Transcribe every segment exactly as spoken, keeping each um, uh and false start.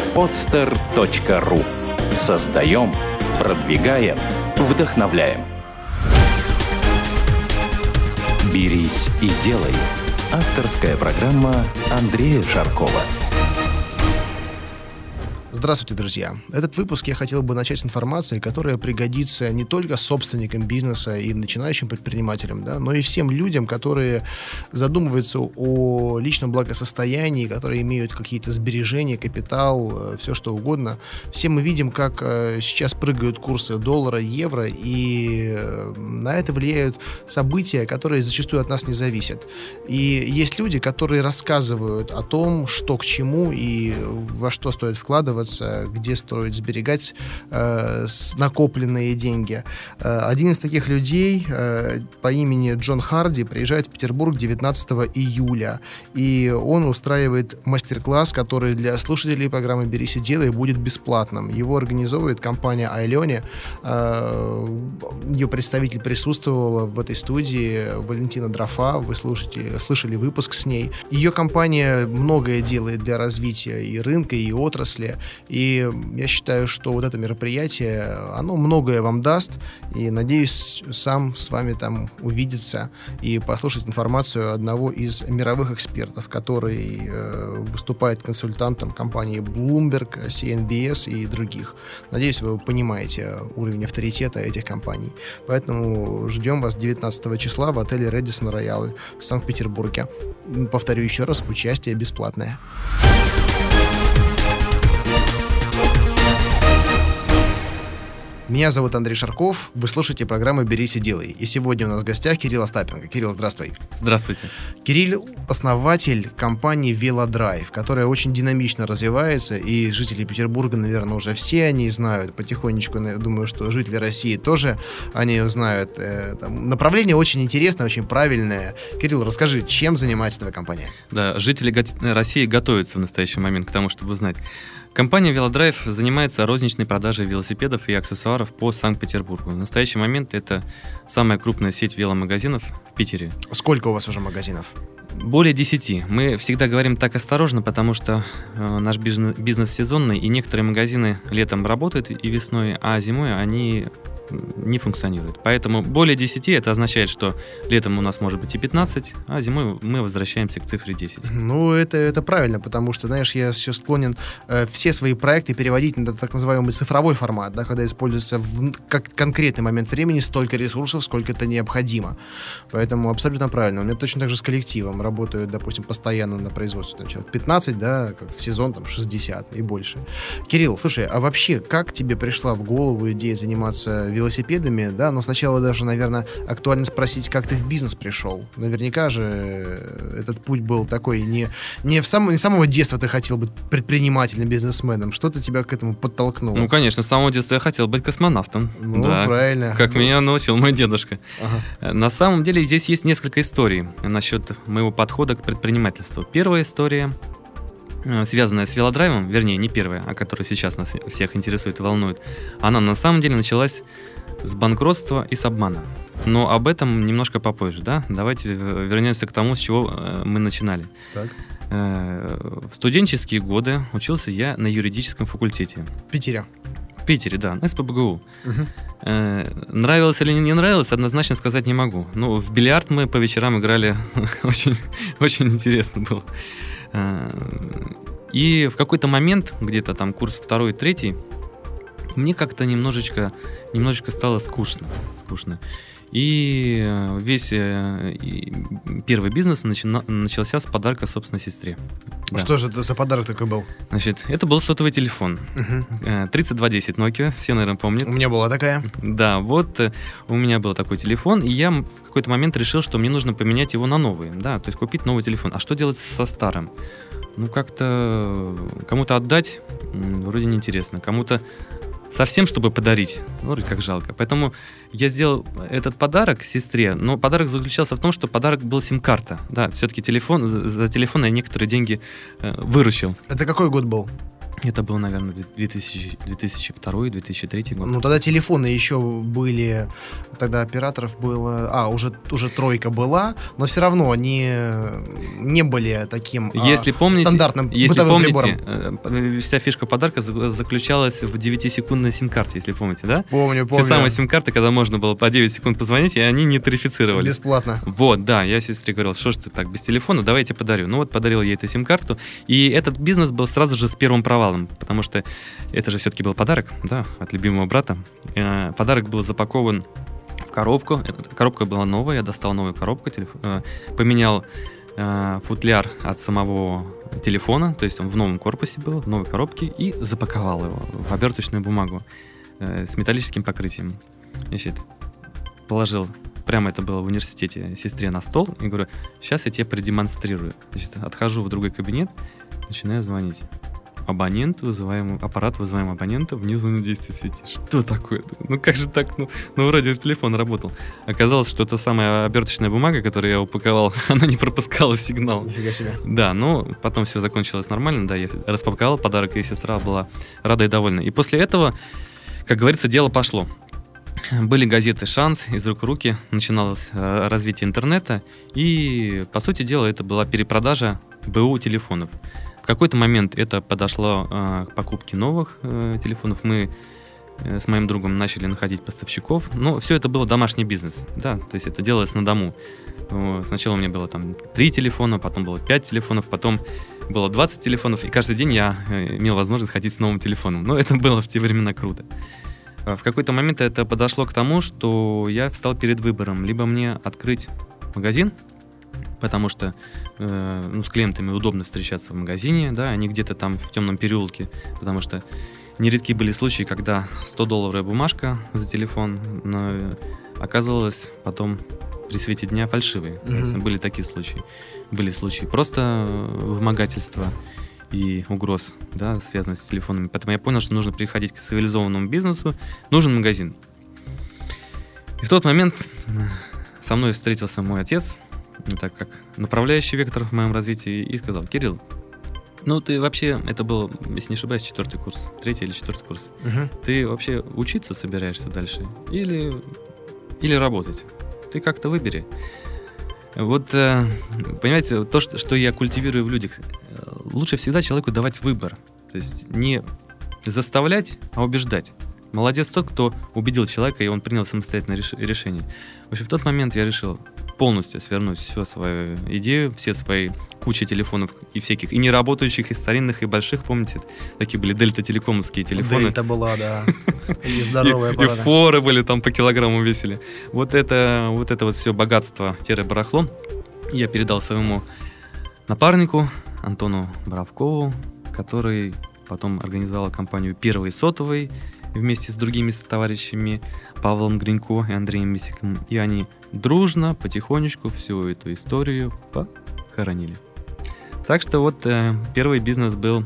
подстер точка ру. Создаем, продвигаем, вдохновляем. «Берись и делай» – авторская программа Андрея Шаркова. Здравствуйте, друзья! Этот выпуск я хотел бы начать с информации, которая пригодится не только собственникам бизнеса и начинающим предпринимателям, да, но и всем людям, которые задумываются о личном благосостоянии, которые имеют какие-то сбережения, капитал, все что угодно. Все мы видим, как сейчас прыгают курсы доллара, евро, и на это влияют события, которые зачастую от нас не зависят. И есть люди, которые рассказывают о том, что к чему и во что стоит вкладываться, где стоит сберегать э, накопленные деньги. Э, один из таких людей э, по имени Джон Харди приезжает в Петербург девятнадцатого июля, и он устраивает мастер-класс, который для слушателей программы «Берись и делай» будет бесплатным. Его организовывает компания Айлене. Э, ее представитель присутствовала в этой студии, Валентина Дрофа. Вы слушаете, слышали выпуск с ней. Ее компания многое делает для развития и рынка, и отрасли. И я считаю, что вот это мероприятие, оно многое вам даст, и надеюсь сам с вами там увидеться и послушать информацию одного из мировых экспертов, который э, выступает консультантом компании Bloomberg, си эн би эс и других. Надеюсь, вы понимаете уровень авторитета этих компаний. Поэтому ждем вас девятнадцатого числа в отеле Рэдисон Роял в Санкт-Петербурге. Повторю еще раз, участие бесплатное. Меня зовут Андрей Шарков, вы слушаете программу «Берись и делай». И сегодня у нас в гостях Кирилл Остапенко. Кирилл, здравствуй. Здравствуйте. Кирилл – основатель компании «Велодрайв», которая очень динамично развивается, и жители Петербурга, наверное, уже все они знают. Потихонечку, я думаю, что жители России тоже они знают. Там, направление очень интересное, очень правильное. Кирилл, расскажи, чем занимается твоя компания? Да, жители России готовятся в настоящий момент к тому, чтобы узнать. Компания «Велодрайв» занимается розничной продажей велосипедов и аксессуаров по Санкт-Петербургу. В настоящий момент это самая крупная сеть веломагазинов в Питере. Сколько у вас уже магазинов? Более десяти. Мы всегда говорим так осторожно, потому что э, наш бизнес, бизнес сезонный, и некоторые магазины летом работают и весной, а зимой они не функционируют. Поэтому более десяти это означает, что летом у нас может быть и пятнадцать, а зимой мы возвращаемся к цифре десять. Ну, это, это правильно, потому что, знаешь, я все склонен э, все свои проекты переводить на так называемый цифровой формат, да, когда используется в как конкретный момент времени столько ресурсов, сколько это необходимо. Поэтому абсолютно правильно. У меня точно так же с коллективом работают, допустим, постоянно на производстве. Там, человек пятнадцать, да, как в сезон там шестьдесят и больше. Кирилл, слушай, а вообще, как тебе пришла в голову идея заниматься велосипедами, да, но сначала даже, наверное, актуально спросить, как ты в бизнес пришел. Наверняка же этот путь был такой, не, не, в сам, не с самого детства ты хотел быть предпринимателем, бизнесменом. Что-то тебя к этому подтолкнуло? Ну, конечно, с самого детства я хотел быть космонавтом. Ну, да, правильно. Как ну. меня научил мой дедушка. Ага. На самом деле здесь есть несколько историй насчет моего подхода к предпринимательству. Первая история, связанная с велодрайвом, вернее, не первая, а которая сейчас нас всех интересует и волнует, она на самом деле началась с банкротства и с обмана. Но об этом немножко попозже, да? Давайте вернемся к тому, с чего мы начинали. Так. В студенческие годы учился я на юридическом факультете. В Питере? В Питере, да, на эс пэ бэ гэ у. Угу. Нравилось или не нравилось, однозначно сказать не могу. Ну, в бильярд мы по вечерам играли, очень, очень интересно было. И в какой-то момент, где-то там курс второй, третий, мне как-то немножечко, немножечко стало скучно, скучно. И весь и первый бизнес начина, начался с подарка собственной сестре. Да. Что же это за подарок такой был? Значит, это был сотовый телефон. Угу. тридцать два десять Nokia, все, наверное, помнят. У меня была такая. Да, вот у меня был такой телефон, и я в какой-то момент решил, что мне нужно поменять его на новый. Да, то есть купить новый телефон. А что делать со старым? Ну, как-то кому-то отдать вроде неинтересно. Кому-то совсем, чтобы подарить, ну, вроде как жалко. Поэтому я сделал этот подарок сестре, но подарок заключался в том, что подарок был сим-карта. Да, все-таки телефон, за телефон я некоторые деньги э, выручил. Это какой год был? Это был, наверное, две тысячи, две тысячи второй - две тысячи третий год. Ну, тогда телефоны еще были, тогда операторов было... А, уже, уже тройка была, но все равно они не были таким если а, помните, стандартным если бытовым помните, прибором. Вся фишка подарка заключалась в девятисекундной сим-карте, если помните, да? Помню, помню. Те самые сим-карты, когда можно было по девять секунд позвонить, и они не тарифицировались. Бесплатно. Вот, да, я сестре говорил, что ж ты так, без телефона, давай я тебе подарю. Ну вот, подарил ей эту сим-карту, и этот бизнес был сразу же с первым провалом, потому что это же все-таки был подарок, да, от любимого брата. Э, подарок был запакован в коробку. Коробка была новая, я достал новую коробку, телеф... э, поменял э, футляр от самого телефона, то есть он в новом корпусе был, в новой коробке, и запаковал его в оберточную бумагу э, с металлическим покрытием. Значит, положил, прямо это было в университете, сестре на стол, и говорю, сейчас я тебе продемонстрирую. Значит, отхожу в другой кабинет, начинаю звонить. Абонент, вызываемый, аппарат, вызываемый абонента, внизу на действие светит. Что такое? Ну как же так? Ну, ну вроде телефон работал. Оказалось, что это самая оберточная бумага, которую я упаковал, она не пропускала сигнал. Нифига себе. Да, ну потом все закончилось нормально, да, я распаковал подарок, и сестра была рада и довольна. И после этого, как говорится, дело пошло. Были газеты «Шанс», «Из рук в руки», начиналось развитие интернета, и, по сути дела, это была перепродажа БУ телефонов. В какой-то момент это подошло э, к покупке новых э, телефонов. Мы э, с моим другом начали находить поставщиков. Но все это было домашний бизнес. Да, то есть это делалось на дому. Э, сначала у меня было там три телефона, потом было пять телефонов, потом было двадцать телефонов. И каждый день я э, имел возможность ходить с новым телефоном. Но это было в те времена круто. Э, в какой-то момент это подошло к тому, что я встал перед выбором. Либо мне открыть магазин, потому что э, ну, с клиентами удобно встречаться в магазине, да, а не где-то там в темном переулке, потому что нередки были случаи, когда сто-долларовая бумажка за телефон, но оказывалась потом при свете дня фальшивой. Mm-hmm. Были такие случаи. Были случаи просто вымогательства и угроз, да, связанных с телефонами. Поэтому я понял, что нужно переходить к цивилизованному бизнесу, нужен магазин. И в тот момент со мной встретился мой отец, так как направляющий вектор в моем развитии, и сказал: Кирилл, ну ты вообще, это был, если не ошибаюсь, четвертый курс, третий или четвертый курс, угу. Ты вообще учиться собираешься дальше или, или работать? Ты как-то выбери. Вот, понимаете, то, что я культивирую в людях, лучше всегда человеку давать выбор. То есть не заставлять, а убеждать. Молодец тот, кто убедил человека, и он принял самостоятельное решение. В общем, в тот момент я решил полностью свернуть всю свою идею, все свои кучи телефонов и всяких, и неработающих, и старинных, и больших, помните, такие были дельта-телекомовские телефоны. Дельта была, да. И здоровая аппараты. И форы были там по килограмму весили. Вот это вот, это вот все богатство-барахло я передал своему напарнику Антону Боровкову, который потом организовал компанию «Первый сотовый», вместе с другими товарищами Павлом Гринько и Андреем Мисиком. И они дружно, потихонечку всю эту историю похоронили. Так что вот э, первый бизнес был,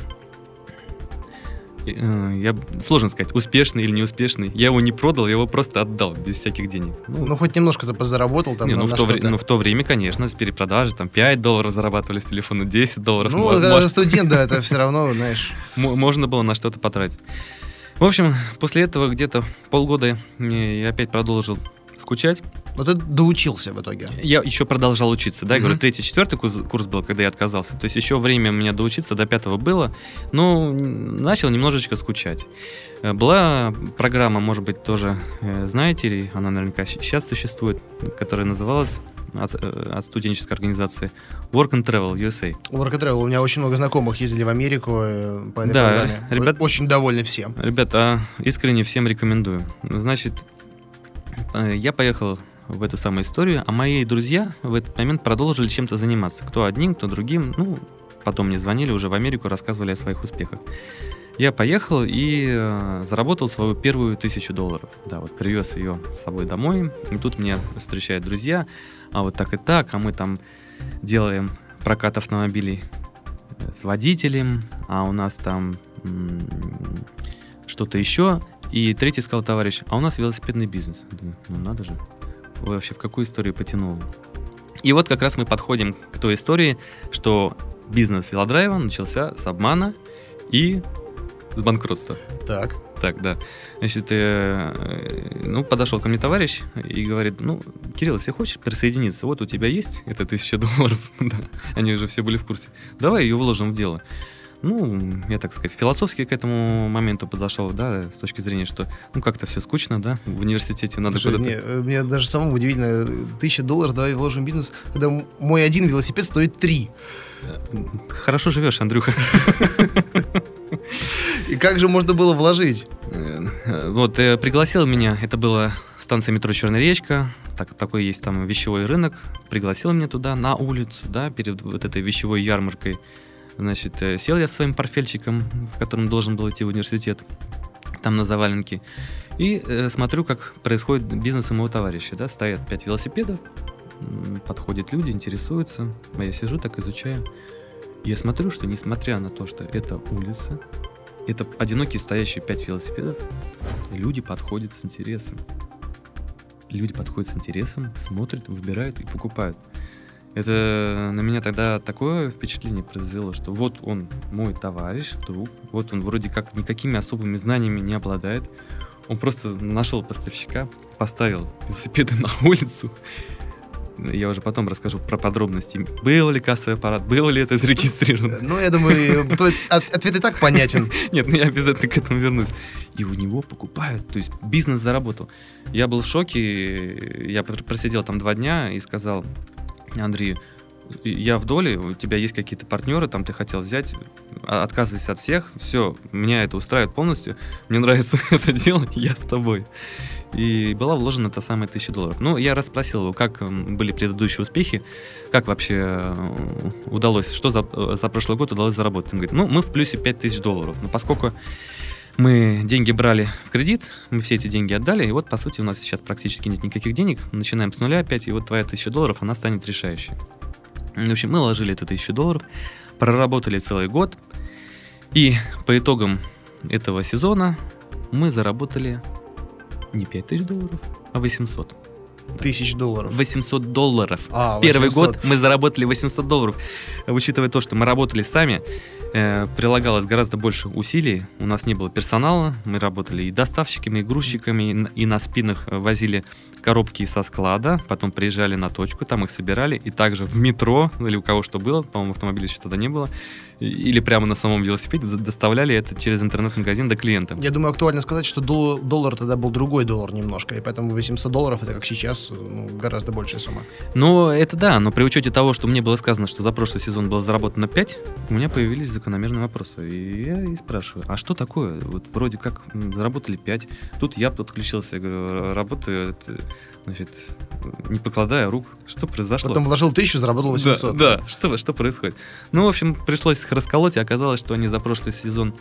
э, я, сложно сказать, успешный или неуспешный. Я его не продал, я его просто отдал без всяких денег. Ну, ну хоть немножко ты позаработал там. Не, на, ну, на в то что-то. ну, в то время, конечно, с перепродажи там пять долларов зарабатывали с телефона, десять долларов. Ну, когда может... студент, да, это все равно, знаешь. Можно было на что-то потратить. В общем, после этого где-то полгода я опять продолжил скучать. Но ты доучился в итоге. Я еще продолжал учиться, да, я uh-huh. говорю, третий, четвертый курс был, когда я отказался. То есть еще время у меня доучиться, до пятого было, но начал немножечко скучать. Была программа, может быть, тоже знаете, или она наверняка сейчас существует, которая называлась от, от студенческой организации Work and Travel ю эс эй. Work and Travel. У меня очень много знакомых ездили в Америку по этой да, программе. Ребят, очень довольны всем. Ребята, искренне всем рекомендую. Значит, я поехал в эту самую историю, а мои друзья в этот момент продолжили чем-то заниматься. Кто одним, кто другим. Ну, потом мне звонили уже в Америку, рассказывали о своих успехах. Я поехал и э, заработал свою первую тысячу долларов. Да, вот привез ее с собой домой. И тут меня встречают друзья. А вот так и так, а мы там делаем прокат автомобилей с водителем, а у нас там м- что-то еще. И третий сказал товарищ: а у нас велосипедный бизнес. Думаю, ну надо же. Вы вообще в какую историю потянул? И вот как раз мы подходим к той истории, что бизнес велодрайва начался с обмана и с банкротства. Так. Так, да. Значит, э, ну, подошел ко мне товарищ и говорит, ну, Кирилл, если хочешь присоединиться, вот у тебя есть эта тысяча долларов, да, они уже все были в курсе, давай ее вложим в дело. Ну, я, так сказать, философски к этому моменту подошел, да, с точки зрения, что, ну, как-то все скучно, да, в университете надо Слушай, куда-то... Мне, мне даже самому удивительно, тысяча долларов, давай вложим в бизнес, когда мой один велосипед стоит три. Хорошо живешь, Андрюха. И как же можно было вложить? Вот, пригласил меня, это была станция метро «Черная речка», так, такой есть там вещевой рынок, пригласил меня туда, на улицу, да, перед вот этой вещевой ярмаркой. Значит, сел я со своим портфельчиком, в котором должен был идти в университет, там на заваленке, и э, смотрю, как происходит бизнес у моего товарища, да, стоят пять велосипедов, подходят люди, интересуются, а я сижу, так изучаю. Я смотрю, что несмотря на то, что это улица, это одинокие стоящие пять велосипедов, люди подходят с интересом. Люди подходят с интересом, смотрят, выбирают и покупают. Это на меня тогда такое впечатление произвело, что вот он мой товарищ, друг, вот он вроде как никакими особыми знаниями не обладает. Он просто нашел поставщика, поставил велосипеды на улицу. Я уже потом расскажу про подробности. Был ли кассовый аппарат, было ли это зарегистрировано. Ну, я думаю, твой ответ и так понятен. Нет, ну я обязательно к этому вернусь. И у него покупают, то есть бизнес заработал. Я был в шоке, я просидел там два дня и сказал: Андрей, я в доле, у тебя есть какие-то партнеры, там ты хотел взять, отказывайся от всех, все, меня это устраивает полностью, мне нравится это дело, я с тобой. И была вложена та самая тысяча долларов. Ну, я расспросил его, как были предыдущие успехи, как вообще удалось, что за, за прошлый год удалось заработать. Он говорит, ну, мы в плюсе пять тысяч долларов, но поскольку мы деньги брали в кредит, мы все эти деньги отдали, и вот, по сути, у нас сейчас практически нет никаких денег, начинаем с нуля опять, и вот твоя тысяча долларов, она станет решающей. В общем, мы ложили эту тысячу долларов, проработали целый год, и по итогам этого сезона мы заработали не пять тысяч долларов, а восемьсот. Тысяч долларов. восемьсот долларов. А, в первый восемьсот. год мы заработали восемьсот долларов. Учитывая то, что мы работали сами, э, прилагалось гораздо больше усилий. У нас не было персонала. Мы работали и доставщиками, и грузчиками, и на, и на спинах возили коробки со склада. Потом приезжали на точку, там их собирали. И также в метро, или у кого что было, по-моему, автомобиля еще тогда не было, или прямо на самом велосипеде доставляли это через интернет-магазин до клиента. Я думаю, актуально сказать, что дол- доллар тогда был другой доллар немножко, и поэтому восемьсот долларов, это как сейчас, ну, гораздо большая сумма. Ну, это да, но при учете того, что мне было сказано, что за прошлый сезон было заработано пять, у меня появились закономерные вопросы. И я и спрашиваю, а что такое? Вот вроде как заработали пять, тут я подключился, я говорю, работаю, это, значит, не покладая рук. Что произошло? Потом вложил тысячу, заработал восемьсот. Да, да. Что, что происходит? Ну, в общем, пришлось их расколоть, и оказалось, что они за прошлый сезон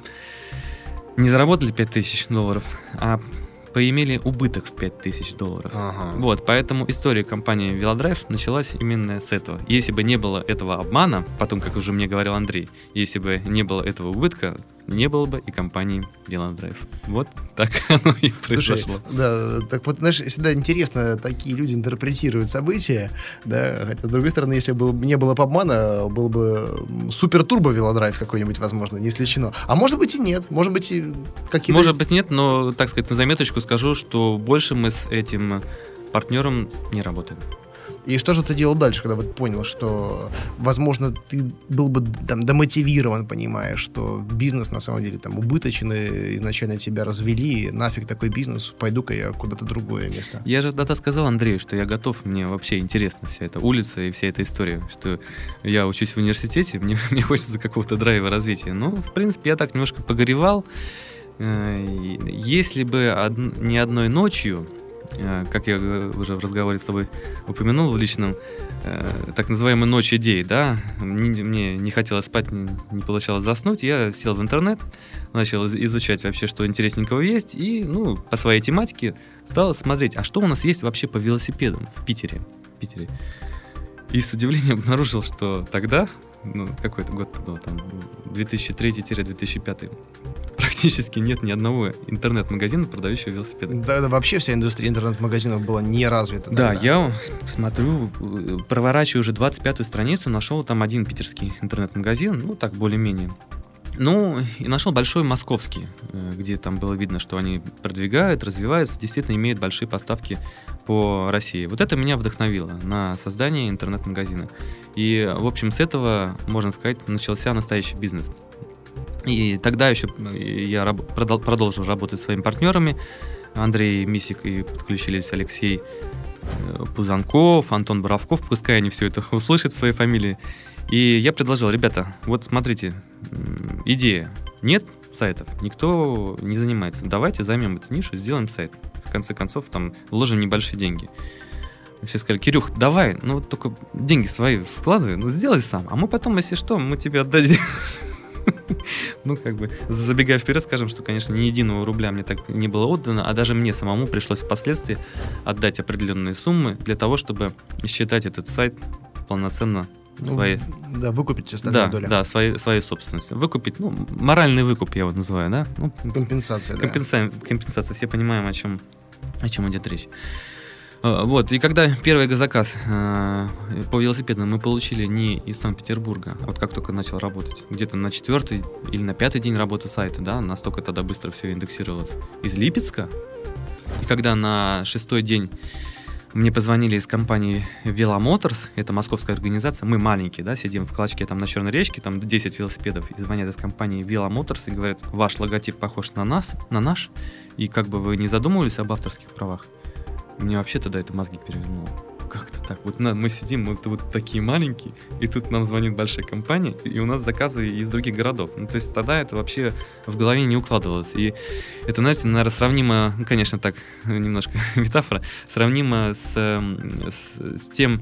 не заработали пять тысяч долларов, а поимели убыток в пять тысяч долларов. Ага. Вот, поэтому история компании Велодрайв началась именно с этого. Если бы не было этого обмана, потом, как уже мне говорил Андрей, если бы не было этого убытка, не было бы и компании Велодрайв. Вот так оно и произошло. Слушай, да, так вот, знаешь, всегда интересно, такие люди интерпретируют события, да, хотя, с другой стороны, если бы не было бы обмана, был бы супер-турбо Велодрайв какой-нибудь, возможно, не исключено. А может быть и нет, может быть и какие-то... Может быть нет, но, так сказать, на заметочку скажу, что больше мы с этим партнером не работаем. И что же ты делал дальше, когда вот понял, что, возможно, ты был бы там демотивирован, понимаешь, что бизнес на самом деле там убыточен, и изначально тебя развели, нафиг такой бизнес, пойду-ка я куда-то другое место. Я же тогда сказал Андрею, что я готов, мне вообще интересна вся эта улица и вся эта история, что я учусь в университете, мне, мне хочется какого-то драйва развития. Ну, в принципе, я так немножко погоревал. Если бы од... не одной ночью, как я уже в разговоре с тобой упомянул в личном, так называемая ночь идей, да, мне не хотелось спать, не получалось заснуть, я сел в интернет, начал изучать вообще, что интересненького есть, и, ну, по своей тематике стал смотреть, а что у нас есть вообще по велосипедам в Питере, в Питере. И с удивлением обнаружил, что тогда, ну, какой-то год был, там, две тысячи третий — две тысячи пятый, практически нет ни одного интернет-магазина, продающего велосипеды. Да, да, вообще вся индустрия интернет-магазинов была не развита. Да, тогда. я смотрю, проворачиваю уже двадцать пятую страницу, нашел там один питерский интернет-магазин, ну так, более-менее. Ну, и нашел большой московский, где там было видно, что они продвигают, развиваются, действительно имеют большие поставки по России. Вот это меня вдохновило на создание интернет-магазина. И, в общем, с этого, можно сказать, начался настоящий бизнес. И тогда еще я раб- продолжил работать со своими партнерами. Андрей Мисик, и подключились Алексей Пузанков, Антон Боровков, пускай они все это услышат, свои фамилии. И я предложил: ребята, вот смотрите, идея, нет сайтов, никто не занимается, давайте займем эту нишу, сделаем сайт. В конце концов, там вложим небольшие деньги. Все сказали: Кирюх, давай, ну вот только деньги свои вкладывай, ну сделай сам, а мы потом, если что, мы тебе отдадим. Ну, как бы, забегая вперед, скажем, что, конечно, ни единого рубля мне так не было отдано, а даже мне самому пришлось впоследствии отдать определенные суммы для того, чтобы считать этот сайт полноценно Ну, своей... Да, выкупить остальную Да, долю. да, своей, своей собственностью. Выкупить, ну, моральный выкуп, я его называю, да? Ну, Компенсация, да. компенсация, компенсация, все понимаем, о чем, о чем идет речь. А, Вот, и когда первый заказ э, по велосипедам мы получили не из Санкт-Петербурга, а вот как только начал работать, где-то на четвертый или на пятый день работы сайта, да, настолько тогда быстро все индексировалось, из Липецка. И когда на шестой день мне позвонили из компании Веломоторс, это московская организация, мы маленькие, да, сидим в клочке там на Черной речке, там десять велосипедов, и звонят из компании Веломоторс и говорят: ваш логотип похож на нас, на наш, и как бы вы не задумывались об авторских правах? Мне вообще тогда это мозги перевернуло. Как-то так. Вот на, мы сидим, мы вот такие маленькие, и тут нам звонит большая компания, и у нас заказы из других городов. Ну, то есть тогда это вообще в голове не укладывалось. И это, знаете, наверное, сравнимо, ну, конечно, так, немножко метафора, сравнимо с, с, с тем,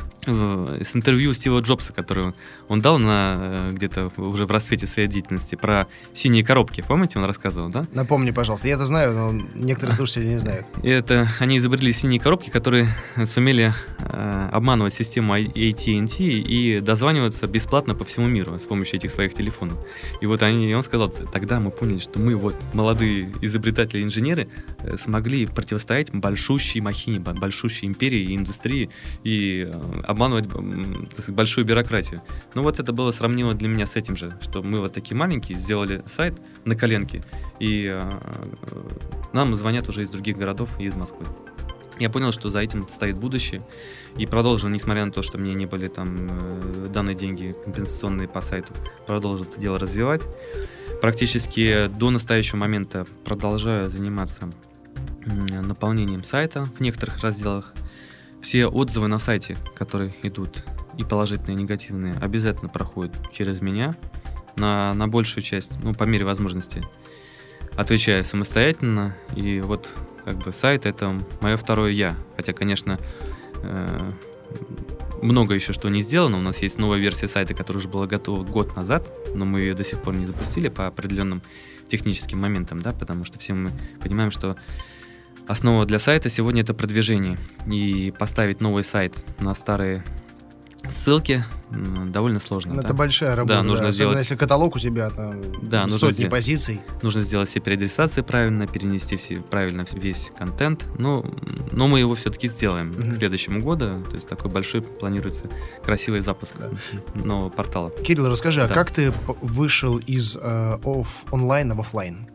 с интервью Стива Джобса, которое он дал на, где-то уже в расцвете своей деятельности, про синие коробки. Помните, он рассказывал, да? Напомни, пожалуйста. Я это знаю, но некоторые слушатели не знают. И это они изобрели синие коробки, которые сумели э, обманывать систему эй ти энд ти и дозваниваться бесплатно по всему миру с помощью этих своих телефонов. И вот они, и он сказал: тогда мы поняли, что мы, вот, молодые изобретатели, инженеры, э, смогли противостоять большущей махине, большущей империи и индустрии и э, обманывать, так сказать, большую бюрократию. Ну вот это было сравнимо для меня с этим же, что мы вот такие маленькие сделали сайт на коленке, и э, нам звонят уже из других городов и из Москвы. Я понял, что за этим стоит будущее, и продолжил, несмотря на то, что мне не были там э, даны деньги компенсационные по сайту, продолжил это дело развивать. Практически до настоящего момента продолжаю заниматься э, наполнением сайта в некоторых разделах. Все отзывы на сайте, которые идут, и положительные, и негативные, обязательно проходят через меня. На, на большую часть, ну, по мере возможности, отвечаю самостоятельно. И вот как бы сайт — это мое второе «я». Хотя, конечно, э, много еще что не сделано. У нас есть новая версия сайта, которая уже была готова год назад, но мы ее до сих пор не запустили по определенным техническим моментам, да, потому что все мы понимаем, что основа для сайта сегодня — это продвижение. И поставить новый сайт на старые ссылки довольно сложно. Это да? большая работа. Да, нужно да. сделать... Особенно если каталог у тебя там да, сотни сделать... позиций. Нужно сделать все переадресации правильно, перенести все, правильно весь контент. Но, но мы его все-таки сделаем mm-hmm. к следующему году. То есть такой большой планируется красивый запуск да. нового портала. Кирилл, расскажи, да. а как ты вышел из э, оф, онлайна в офлайн?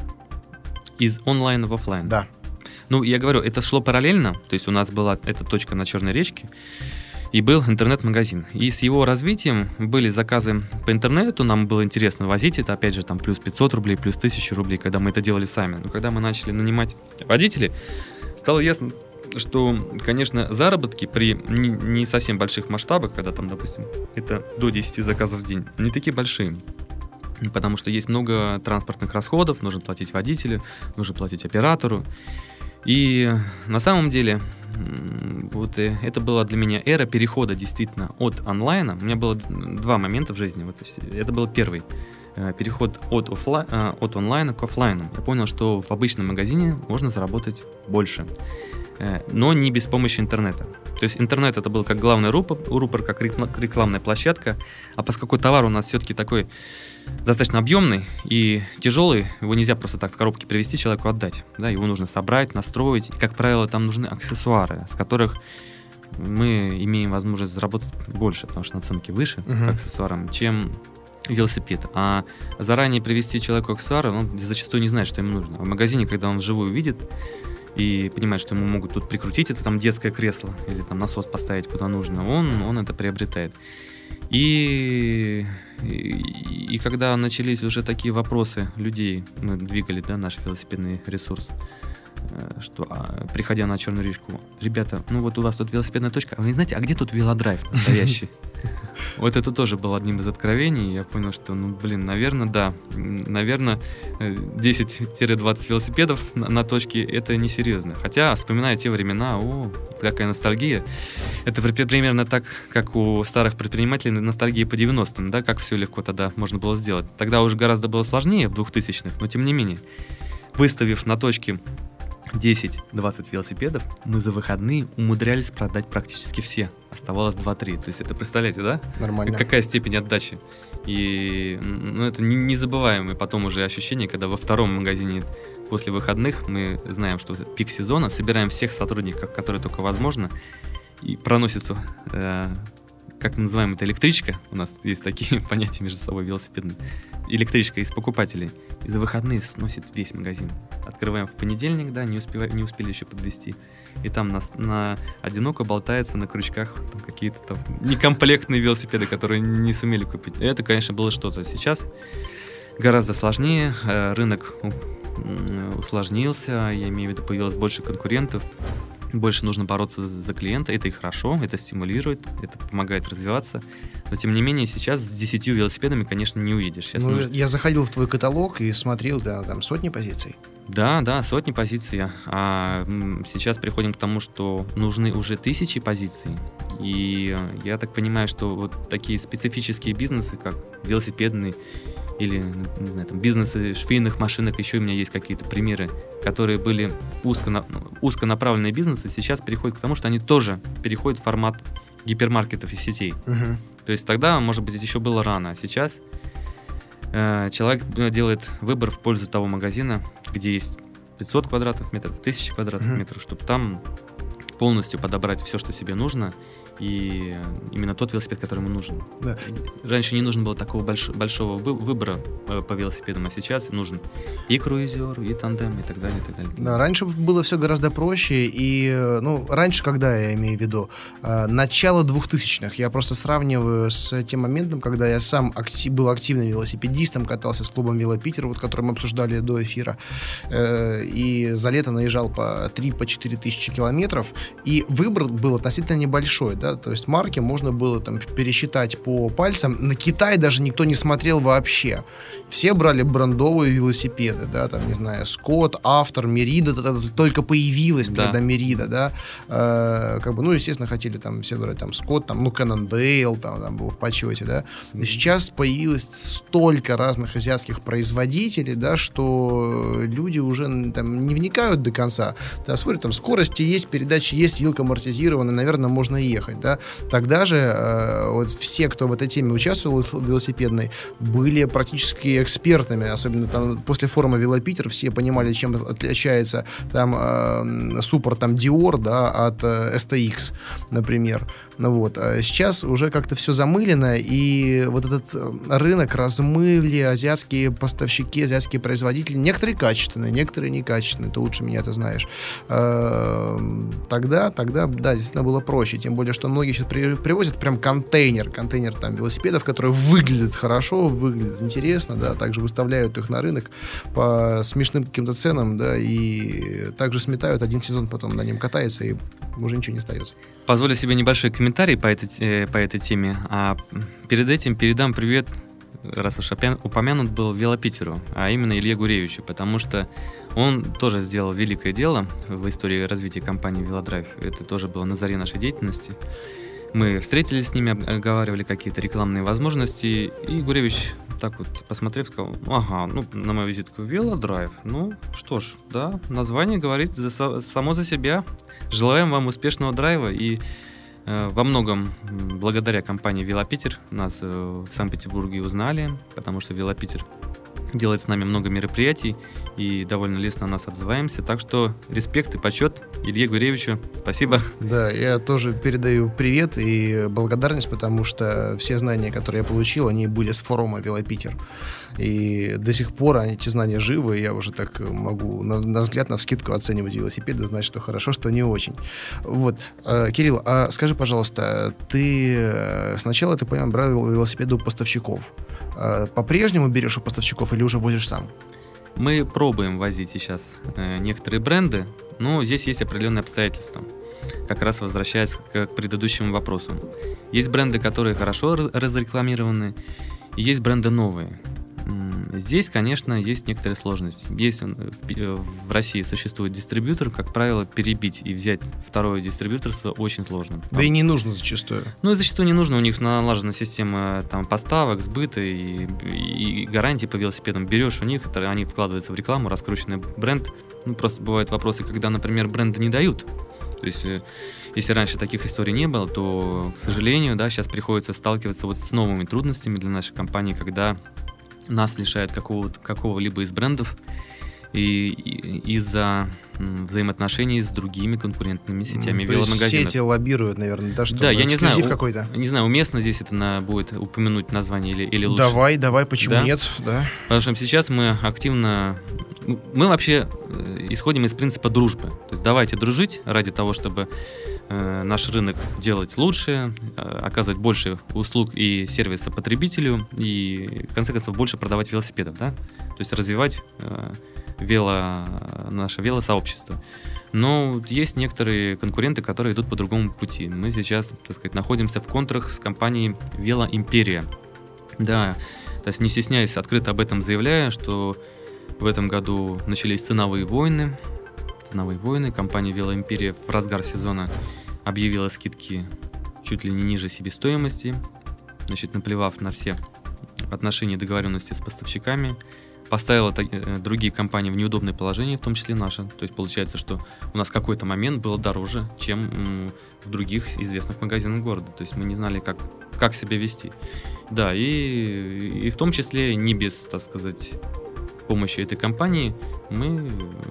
Из онлайна в офлайн? Да. Ну, я говорю, это шло параллельно. То есть у нас была эта точка на Черной речке, и был интернет-магазин. И с его развитием были заказы по интернету, нам было интересно возить это, опять же, там плюс пятьсот рублей, плюс тысяча рублей, когда мы это делали сами. Но когда мы начали нанимать водителей, стало ясно, что, конечно, заработки при не, не совсем больших масштабах, когда там, допустим, это до десяти заказов в день, не такие большие. Потому что есть много транспортных расходов, нужно платить водителю, нужно платить оператору. И на самом деле вот это была для меня эра перехода действительно от онлайна. У меня было два момента в жизни. Вот это был первый переход от, офлайн, от онлайна к офлайну. Я понял, что в обычном магазине можно заработать больше, но не без помощи интернета. То есть интернет — это был как главный рупор, рупор, как рекламная площадка, а поскольку товар у нас все-таки такой достаточно объемный и тяжелый, его нельзя просто так в коробке привезти, человеку отдать. Да, его нужно собрать, настроить, и, как правило, там нужны аксессуары, с которых мы имеем возможность заработать больше, потому что наценки выше uh-huh. к аксессуарам, чем велосипед. А заранее привезти человеку аксессуары, он зачастую не знает, что ему нужно. А в магазине, когда он вживую видит и понимает, что ему могут тут прикрутить это там детское кресло или там насос поставить куда нужно, он, он это приобретает. И, и, и когда начались уже такие вопросы людей, мы двигали, да, наш велосипедный ресурс, что, а, приходя на Черную речку, ребята, ну вот у вас тут велосипедная точка, а вы не знаете, а где тут велодрайв настоящий? Вот это тоже было одним из откровений. Я понял, что, ну, блин, наверное, да. Наверное, десять-двадцать велосипедов на, на точке — это несерьезно. Хотя, вспоминая те времена, о, какая ностальгия. Это примерно так, как у старых предпринимателей ностальгия по девяностым, да, как все легко тогда можно было сделать. Тогда уже гораздо было сложнее, в двухтысячных, но тем не менее. Выставив на точке десять-двадцать велосипедов, мы за выходные умудрялись продать практически все. Оставалось два-три. То есть это, представляете, да? Нормально. Какая степень отдачи. И ну, это незабываемое потом уже ощущение, когда во втором магазине после выходных мы знаем, что пик сезона, собираем всех сотрудников, которые только возможно, и проносится, э, как мы называем это, электричка. У нас есть такие понятия между собой велосипедные. Электричка из покупателей. И за выходные сносит весь магазин. Открываем в понедельник, да, не, успеваем, не успели еще подвести. И там на, на одиноко болтается на крючках там какие-то там некомплектные велосипеды, которые не сумели купить. И это, конечно, было что-то. Сейчас гораздо сложнее. Рынок усложнился. Я имею в виду, появилось больше конкурентов. Больше нужно бороться за клиента. Это и хорошо, это стимулирует, это помогает развиваться. Но, тем не менее, сейчас с десятью велосипедами, конечно, не уедешь. Сейчас ну, нужно... Я заходил в твой каталог и смотрел, да, там сотни позиций. Да, да, сотни позиций. А сейчас приходим к тому, что нужны уже тысячи позиций. И я так понимаю, что вот такие специфические бизнесы, как велосипедный или, не знаю, там, бизнесы швейных машинок, еще у меня есть какие-то примеры, которые были узко, узконаправленные бизнесы, сейчас переходят к тому, что они тоже переходят в формат гипермаркетов и сетей. Угу. То есть тогда, может быть, еще было рано, а сейчас э, человек делает выбор в пользу того магазина, где есть пятьсот квадратных метров, тысяча квадратных угу. метров, чтобы там полностью подобрать все, что себе нужно, и именно тот велосипед, который ему нужен. Да. Раньше не нужно было такого больш- большого выбора по велосипедам, а сейчас нужен и круизер, и тандем, и так далее, и так далее. Да, раньше было все гораздо проще, и, ну, раньше, когда я имею в виду, начало двухтысячных, я просто сравниваю с тем моментом, когда я сам актив, был активным велосипедистом, катался с клубом Велопитер, вот, который мы обсуждали до эфира, и за лето наезжал по три-четыре тысячи километров, и выбор был относительно небольшой, да, то есть марки можно было там пересчитать по пальцам. На Китай даже никто не смотрел вообще. Все брали брендовые велосипеды, да, там, не знаю, Скотт, Автор, Мерида, только появилась да. тогда Мерида, да, э, как бы, ну, естественно, хотели там все брать там Скотт, там, ну, Канондейл, там, там был в почете, да. Mm-hmm. Сейчас появилось столько разных азиатских производителей, да, что люди уже там не вникают до конца. Да, смотрят, там скорости есть, передачи есть, вилка амортизирована, наверное, можно ехать, да. Тогда же э, вот все, кто в этой теме участвовал велосипедной, были практически экспертами, особенно там после форума Велопитер, все понимали, чем отличается там э, суппорт там Dior, да, от э, эс ти икс, например. Ну вот, а сейчас уже как-то все замылено, и вот этот рынок размыли азиатские поставщики, азиатские производители, некоторые качественные, некоторые некачественные, ты лучше меня это знаешь. Тогда, тогда, да, действительно было проще, тем более, что многие сейчас при, привозят прям контейнер, контейнер там велосипедов, которые выглядят хорошо, выглядят интересно, да, также выставляют их на рынок по смешным каким-то ценам, да, и также сметают, один сезон потом на нем катается, и уже ничего не остается. Позволю себе небольшой комментарий по этой, по этой теме. А перед этим передам привет, раз уж упомянут был, Велопитеру, а именно Илье Гуревичу, потому что он тоже сделал великое дело в истории развития компании «Велодрайв». Это тоже было на заре нашей деятельности. Мы встретились с ними, обговаривали какие-то рекламные возможности, и Гуревич так вот, посмотрев, сказал: ага, ну, на мою визитку «Велодрайв». Ну, что ж, да, название говорит за, само за себя. Желаем вам успешного драйва, и э, во многом благодаря компании «Велопитер» нас э, в Санкт-Петербурге узнали, потому что «Велопитер» делает с нами много мероприятий и довольно лестно о нас отзываемся. Так что респект и почет Илье Гуревичу. Спасибо. Да, я тоже передаю привет и благодарность, потому что все знания, которые я получил, они были с форума Велопитер. И до сих пор эти знания живы, и я уже так могу на, на взгляд, навскидку оценивать велосипеды, знать, что хорошо, что не очень. Вот. Кирилл, а скажи, пожалуйста, ты сначала, ты понял, брал велосипеды у поставщиков. По-прежнему берешь у поставщиков или уже возишь сам? Мы пробуем возить сейчас э, некоторые бренды, но здесь есть определенные обстоятельства. Как раз возвращаясь к, к предыдущему вопросу. Есть бренды, которые хорошо разрекламированы, и есть бренды новые. Здесь, конечно, есть некоторые сложности. Есть в, в России существует дистрибьютор, как правило, перебить и взять второе дистрибьюторство очень сложно. Да и не нужно зачастую. Ну и зачастую не нужно, у них налажена система там, поставок, сбыта и, и, и гарантии по велосипедам. Берешь у них, это, они вкладываются в рекламу, раскрученный бренд. Ну, просто бывают вопросы, когда, например, бренды не дают. То есть, если раньше таких историй не было, то, к сожалению, да, сейчас приходится сталкиваться вот с новыми трудностями для нашей компании, когда нас лишают какого-то, какого-либо из брендов и, и, из-за м, взаимоотношений с другими конкурентными сетями То веломагазинов. Есть сети лоббируют, наверное, да, что да, я не знаю, какой-то. Не знаю, уместно здесь это на, будет упомянуть название или, или лучше. Давай, давай, почему да? нет, да. Потому что сейчас мы активно... Мы вообще исходим из принципа дружбы. То есть давайте дружить ради того, чтобы э, наш рынок делать лучше, э, оказывать больше услуг и сервиса потребителю и, в конце концов, больше продавать велосипедов, да? То есть развивать э, вело, наше велосообщество. Но есть некоторые конкуренты, которые идут по другому пути. Мы сейчас, так сказать, находимся в контрах с компанией «Велоимперия». Да, то есть не стесняясь, открыто об этом заявляю, что в этом году начались ценовые войны. Ценовые войны. Компания «Велоимперия» в разгар сезона объявила скидки чуть ли не ниже себестоимости, значит, наплевав на все отношения и договоренности с поставщиками, поставила другие компании в неудобное положение, в том числе наша. То есть получается, что у нас в какой-то момент было дороже, чем в других известных магазинах города. То есть мы не знали, как, как себя вести. Да, и, и в том числе не без, так сказать, помощи этой компании мы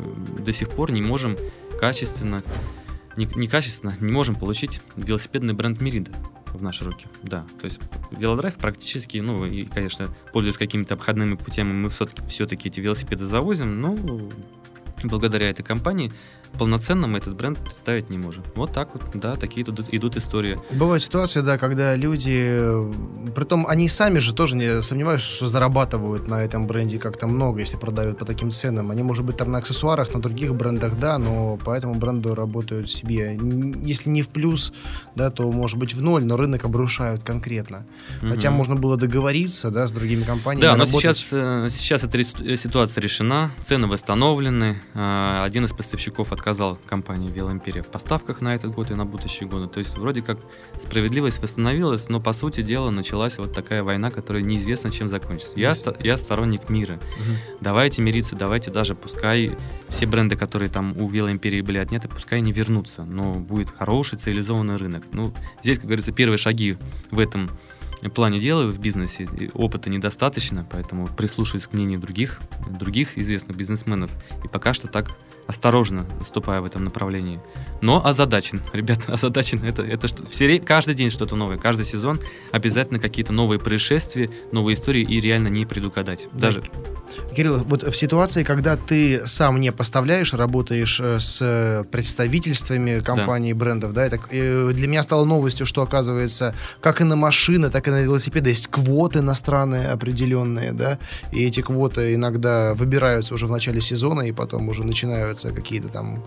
до сих пор не можем качественно, не, не качественно, не можем получить велосипедный бренд Merida в наши руки. Да, то есть Велодрайв практически, ну и, конечно, пользуясь какими-то обходными путями, мы все-таки, все-таки эти велосипеды завозим, но благодаря этой компании полноценно мы этот бренд представить не можем. Вот так вот, да, такие идут, идут истории. Бывают ситуации, да, когда люди, притом они сами же тоже не сомневаются, что зарабатывают на этом бренде как-то много, если продают по таким ценам. Они, может быть, там на аксессуарах, на других брендах, да, но по этому бренду работают себе. Если не в плюс, да, то, может быть, в ноль, но рынок обрушают конкретно. Угу. Хотя можно было договориться, да, с другими компаниями. Да, но сейчас, сейчас эта ситуация решена, цены восстановлены. Один из поставщиков отказал компании «Велоимперия» в поставках на этот год и на будущие годы. То есть вроде как справедливость восстановилась, но по сути дела началась вот такая война, которая неизвестно чем закончится. Я, я сторонник мира. Угу. Давайте мириться, давайте даже пускай все бренды, которые там у «Велоимперии» были отняты, пускай не вернутся, но будет хороший цивилизованный рынок. Ну, здесь, как говорится, первые шаги в этом плане делаю в бизнесе, опыта недостаточно, поэтому прислушиваюсь к мнению других, других известных бизнесменов и пока что так осторожно ступаю в этом направлении. Но озадачен, ребята, озадачен. Это, это что, все, каждый день что-то новое, каждый сезон обязательно какие-то новые происшествия, новые истории и реально не предугадать. Да. Даже... Кирилл, вот в ситуации, когда ты сам не поставляешь, работаешь с представительствами компаний, да. брендов, да, это, для меня стало новостью, что, оказывается, как и на машины, так и на велосипеды есть квоты иностранные определенные, да, и эти квоты иногда выбираются уже в начале сезона, и потом уже начинаются какие-то там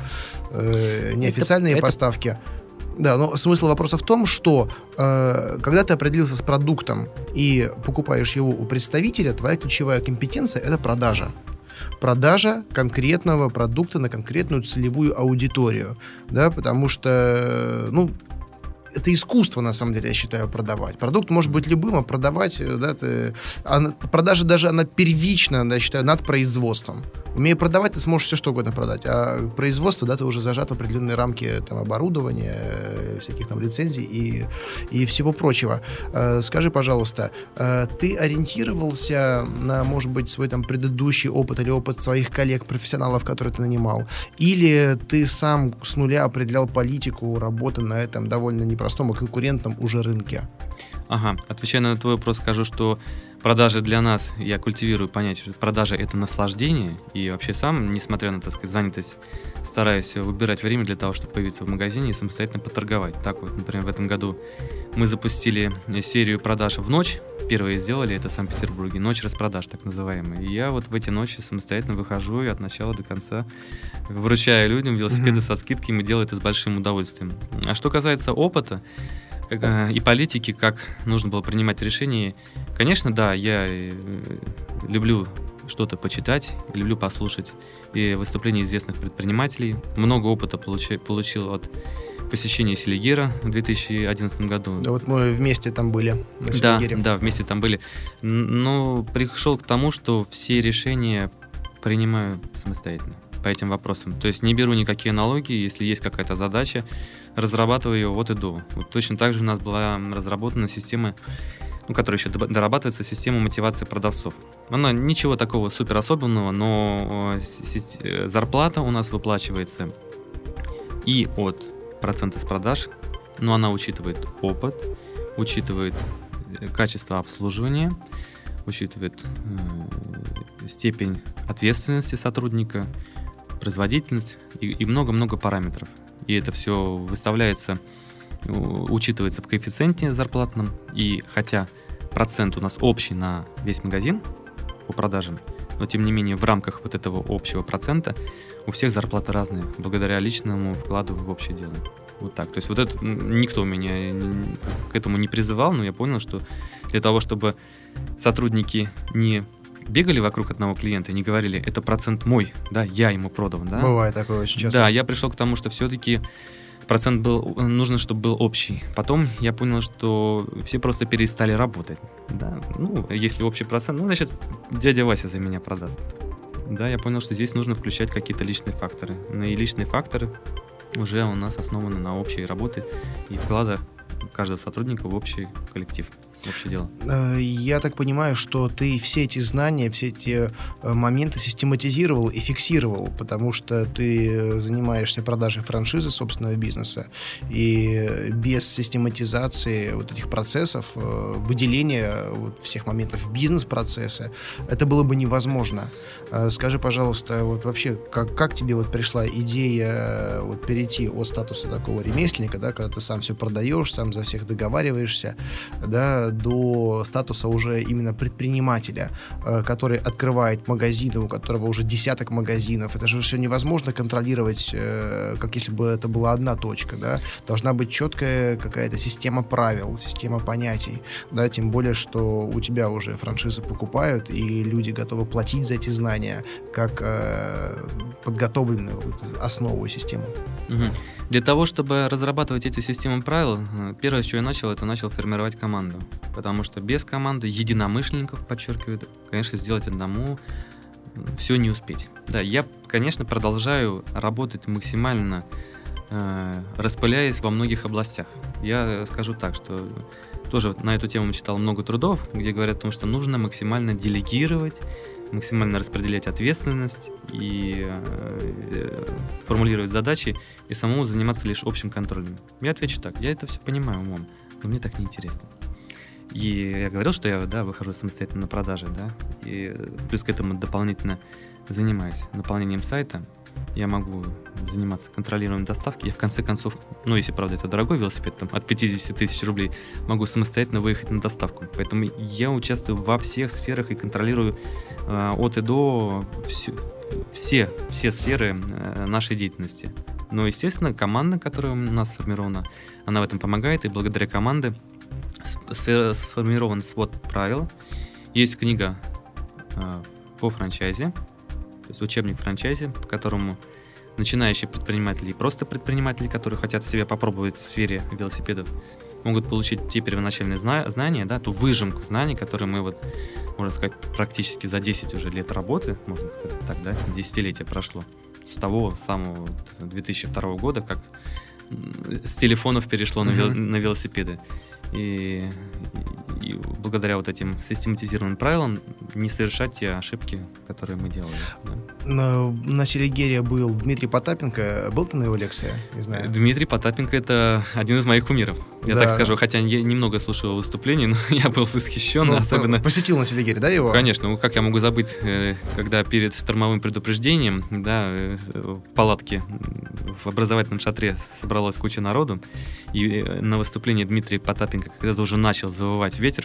э, неофициальные это, поставки. Это... Да, но смысл вопроса в том, что э, когда ты определился с продуктом и покупаешь его у представителя, твоя ключевая компетенция — это продажа. Продажа конкретного продукта на конкретную целевую аудиторию, да, потому что, ну, это искусство, на самом деле, я считаю, продавать. Продукт может быть любым, а продавать, да, ты, она, продажа даже, она первична, да, я считаю, над производством. Умея продавать, ты сможешь все что угодно продать, а производство, да, ты уже зажат в определенные рамки там, оборудования, всяких там лицензий и, и всего прочего. Скажи, пожалуйста, ты ориентировался на, может быть, свой там предыдущий опыт или опыт своих коллег-профессионалов, которые ты нанимал, или ты сам с нуля определял политику работы на этом довольно непростом и конкурентном уже рынке? Ага, отвечая на твой вопрос, скажу, что продажи для нас, я культивирую понятие, что продажа — это наслаждение, и вообще сам, несмотря на, так сказать, занятость, стараюсь выбирать время для того, чтобы появиться в магазине и самостоятельно поторговать. Так вот, например, в этом году мы запустили серию продаж в ночь, первые сделали это в Санкт-Петербурге, ночь распродаж, так называемая. И я вот в эти ночи самостоятельно выхожу и от начала до конца вручаю людям велосипеды mm-hmm. со скидками, делаю это с большим удовольствием. А что касается опыта и политики, как нужно было принимать решения. Конечно, да, я люблю что-то почитать, люблю послушать и выступления известных предпринимателей. Много опыта получи, получил от посещения Селигера в две тысячи одиннадцатом году. Да, вот мы вместе там были на Селигере. Да, да, вместе там были. Но пришел к тому, что все решения принимаю самостоятельно по этим вопросам. То есть не беру никакие налоги, если есть какая-то задача, разрабатываю ее от и до. Вот точно так же у нас была разработана система, ну, которая еще дорабатывается, система мотивации продавцов. Она ничего такого супер особенного, но зарплата у нас выплачивается и от процента с продаж, но она учитывает опыт, учитывает качество обслуживания, учитывает э, степень ответственности сотрудника, производительность и, и много-много параметров. И это все выставляется, учитывается в коэффициенте зарплатном. И хотя процент у нас общий на весь магазин по продажам, но тем не менее в рамках вот этого общего процента у всех зарплаты разные, благодаря личному вкладу в общее дело. Вот так. То есть вот это никто меня к этому не призывал, но я понял, что для того, чтобы сотрудники не бегали вокруг одного клиента и не говорили, это процент мой, да, я ему продал, да. Бывает такое очень часто. Да, я пришел к тому, что все-таки процент был, нужно, чтобы был общий. Потом я понял, что все просто перестали работать. Да? Ну, если общий процент, ну, значит, дядя Вася за меня продаст. Да, я понял, что здесь нужно включать какие-то личные факторы. Ну, и личные факторы уже у нас основаны на общей работе и вклада каждого сотрудника в общий коллектив. Общее дело. Я так понимаю, что ты все эти знания, все эти моменты систематизировал и фиксировал, потому что ты занимаешься продажей франшизы собственного бизнеса, и без систематизации вот этих процессов, выделения вот всех моментов бизнес-процесса, это было бы невозможно. Скажи, пожалуйста, вот вообще, как, как тебе вот пришла идея вот перейти от статуса такого ремесленника, да, когда ты сам все продаешь, сам за всех договариваешься, да, до статуса уже именно предпринимателя, который открывает магазины, у которого уже десяток магазинов. Это же все невозможно контролировать, как если бы это была одна точка, да. Должна быть четкая какая-то система правил, система понятий, да, тем более, что у тебя уже франшизы покупают, и люди готовы платить за эти знания как э, подготовленную основу систему. Угу. Для того, чтобы разрабатывать эти системы правил, первое, с чего я начал, это начал формировать команду. Потому что без команды, единомышленников, подчеркиваю, конечно, сделать одному все не успеть. Да, я, конечно, продолжаю работать максимально, э, распыляясь во многих областях. Я скажу так, что тоже на эту тему читал много трудов, где говорят о том, что нужно максимально делегировать, максимально распределять ответственность и э, формулировать задачи и самому заниматься лишь общим контролем. Я отвечу так, я это все понимаю умом, но мне так неинтересно. И я говорил, что я, да, выхожу самостоятельно на продажи, да, и плюс к этому дополнительно занимаюсь наполнением сайта. Я могу заниматься контролированием доставки. Я в конце концов, ну если правда это дорогой велосипед, там от пятьдесят тысяч рублей, могу самостоятельно выехать на доставку. Поэтому я участвую во всех сферах и контролирую э, от и до все, все, все сферы э, нашей деятельности. Но, естественно, команда, которая у нас сформирована, она в этом помогает, и благодаря команде сформирован свод правил. Есть книга э, по франчайзе, то есть учебник франчайзе, по которому начинающие предприниматели и просто предприниматели, которые хотят себя попробовать в сфере велосипедов, могут получить те первоначальные зна- знания, да, ту выжимку знаний, которые мы, вот, можно сказать, практически за десять уже лет работы, можно сказать так, да, десятилетие прошло, с того самого две тысячи второго года, как с телефонов перешло mm-hmm. на, вел- на велосипеды. И, и, и благодаря вот этим систематизированным правилам не совершать те ошибки, которые мы делали. Да. На, на Селигере был Дмитрий Потапенко. Был ты на его лекции? Не знаю. Дмитрий Потапенко — это один из моих кумиров. Я да. так скажу, хотя я немного слушал его выступлений, но я был восхищен. Ну, особенно... Посетил на Селигере, да, его? Конечно. Ну, как я могу забыть, когда перед штормовым предупреждением, да, в палатке, в образовательном шатре собралась куча народу, и на выступлении Дмитрия Потапенко, когда уже начал завывать ветер,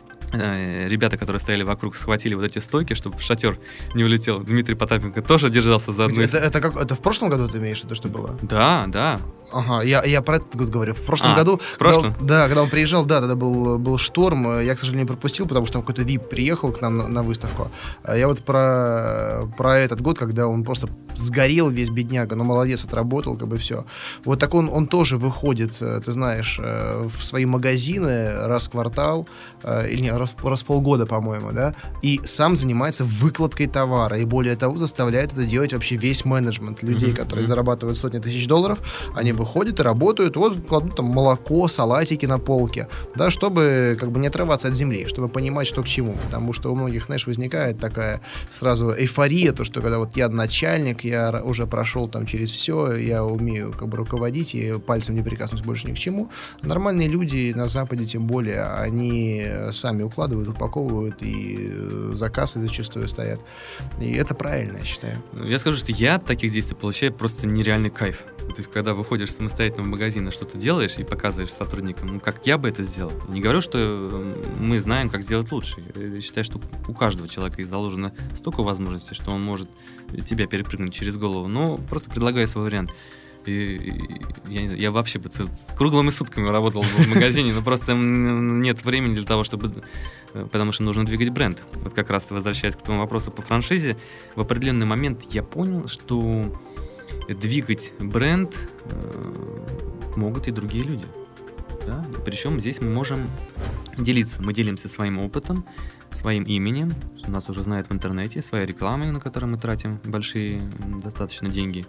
ребята, которые стояли вокруг, схватили вот эти стойки, чтобы в шатер не улетел. Дмитрий Потапенко тоже держался за одну. Это, это, как, это в прошлом году ты имеешь в виду, что было? Да, да. Ага, я, я про этот год говорю. В прошлом а, году, в прошлом? Когда, да, когда он приезжал, да, тогда был, был шторм. Я, к сожалению, пропустил, потому что там какой-то ви ай пи приехал к нам на, на выставку. Я вот про, про этот год, когда он просто сгорел весь бедняга, но молодец, отработал, как бы все. Вот так он, он тоже выходит, ты знаешь, в свои магазины раз в квартал, или не, раз, раз в полгода, по-моему, да, и сам занимается выкладкой товара. И более того, заставляет это делать вообще весь менеджмент людей, mm-hmm. которые зарабатывают сотни тысяч долларов. Они выходят и работают, вот кладут там молоко, салатики на полке, да, чтобы как бы не отрываться от земли, чтобы понимать, что к чему, потому что у многих, знаешь, возникает такая сразу эйфория, то, что когда вот я начальник, я уже прошел там через все, я умею как бы руководить и пальцем не прикоснусь больше ни к чему. Нормальные люди на Западе, тем более, они сами укладывают, упаковывают, и за кассой зачастую стоят. И это правильно, я считаю. Я скажу, что я от таких действий получаю просто нереальный кайф. То есть, когда выходишь самостоятельно в магазин и что-то делаешь и показываешь сотрудникам, ну, как я бы это сделал. Не говорю, что мы знаем, как сделать лучше. Я считаю, что у каждого человека заложено столько возможностей, что он может тебя перепрыгнуть через голову. Но просто предлагаю свой вариант. И, и, я, я вообще бы с круглыми сутками работал в магазине, но просто нет времени для того, чтобы... Потому что нужно двигать бренд. Вот как раз возвращаясь к твоему вопросу по франшизе, в определенный момент я понял, что двигать бренд э, могут и другие люди. Да? Причем здесь мы можем делиться. Мы делимся своим опытом, своим именем. Нас уже знают в интернете, своей рекламой, на которую мы тратим большие достаточно деньги.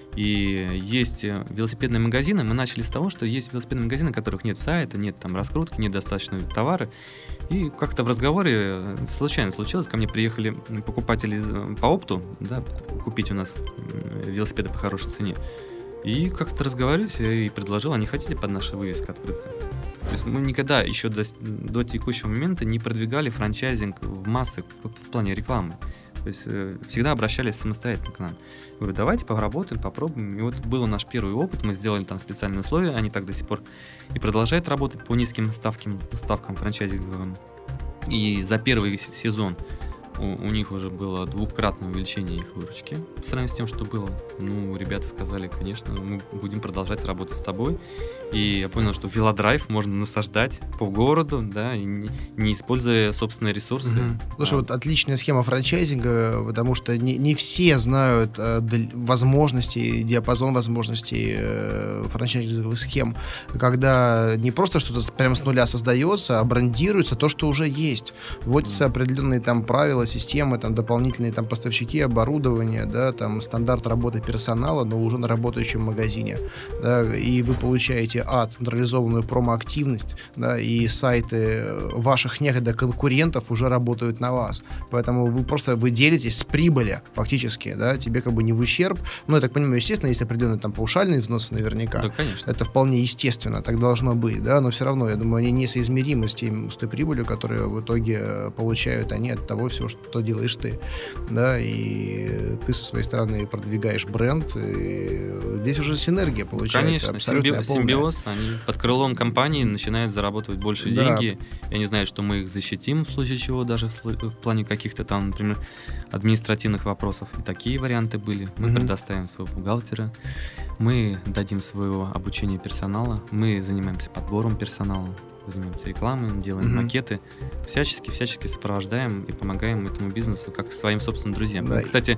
И есть велосипедные магазины. Мы начали с того, что есть велосипедные магазины, у которых нет сайта, нет там раскрутки, нет достаточно товара. И как-то в разговоре случайно случилось, ко мне приехали покупатели по опту, да, купить у нас велосипеды по хорошей цене. И как-то разговаривались, и предложил, а не хотите под нашей вывеской открыться? То есть мы никогда еще до, до текущего момента не продвигали франчайзинг в массы в, в плане рекламы. То есть э, всегда обращались самостоятельно к нам. Я говорю, давайте поработаем, попробуем. И вот был наш первый опыт, мы сделали там специальные условия, они так до сих пор и продолжают работать по низким ставкам, ставкам франчайзинговым. И за первый сезон у, у них уже было двукратное увеличение их выручки по сравнению с тем, что было. Ну, ребята сказали, конечно, мы будем продолжать работать с тобой. И я понял, что велодрайв можно насаждать по городу, да, и не, не используя собственные ресурсы. Угу. Слушай, а. вот отличная схема франчайзинга, потому что не, не все знают э, возможности, диапазон возможностей э, франчайзинговых схем, когда не просто что-то прямо с нуля создается, а брендируется то, что уже есть. Вводятся угу. определенные там правила, системы, там дополнительные там поставщики оборудования, да, там стандарт работы персонала, но уже на работающем магазине, да, и вы получаете а, централизованную промо-активность, да, и сайты ваших некогда конкурентов уже работают на вас. Поэтому вы просто вы делитесь с прибыли фактически, да, тебе как бы не в ущерб. Ну, я так понимаю, естественно, есть определенные там паушальные взносы наверняка. Да, конечно. Это вполне естественно, так должно быть, да, но все равно, я думаю, они несоизмеримы с, тем, с той прибылью, которую в итоге получают они от того всего, что делаешь ты, да, и ты со своей стороны продвигаешь бренд, и здесь уже синергия получается. Конечно, симби- симбиоз, они под крылом компании начинают зарабатывать больше да. деньги, и они знают, что мы их защитим в случае чего, даже в плане каких-то там, например, административных вопросов. И такие варианты были. Мы mm-hmm. предоставим своего бухгалтера, мы дадим своего обучения персонала, мы занимаемся подбором персонала, занимаемся рекламой, делаем mm-hmm. макеты, всячески, всячески сопровождаем и помогаем этому бизнесу как своим собственным друзьям. Да. Мы, кстати,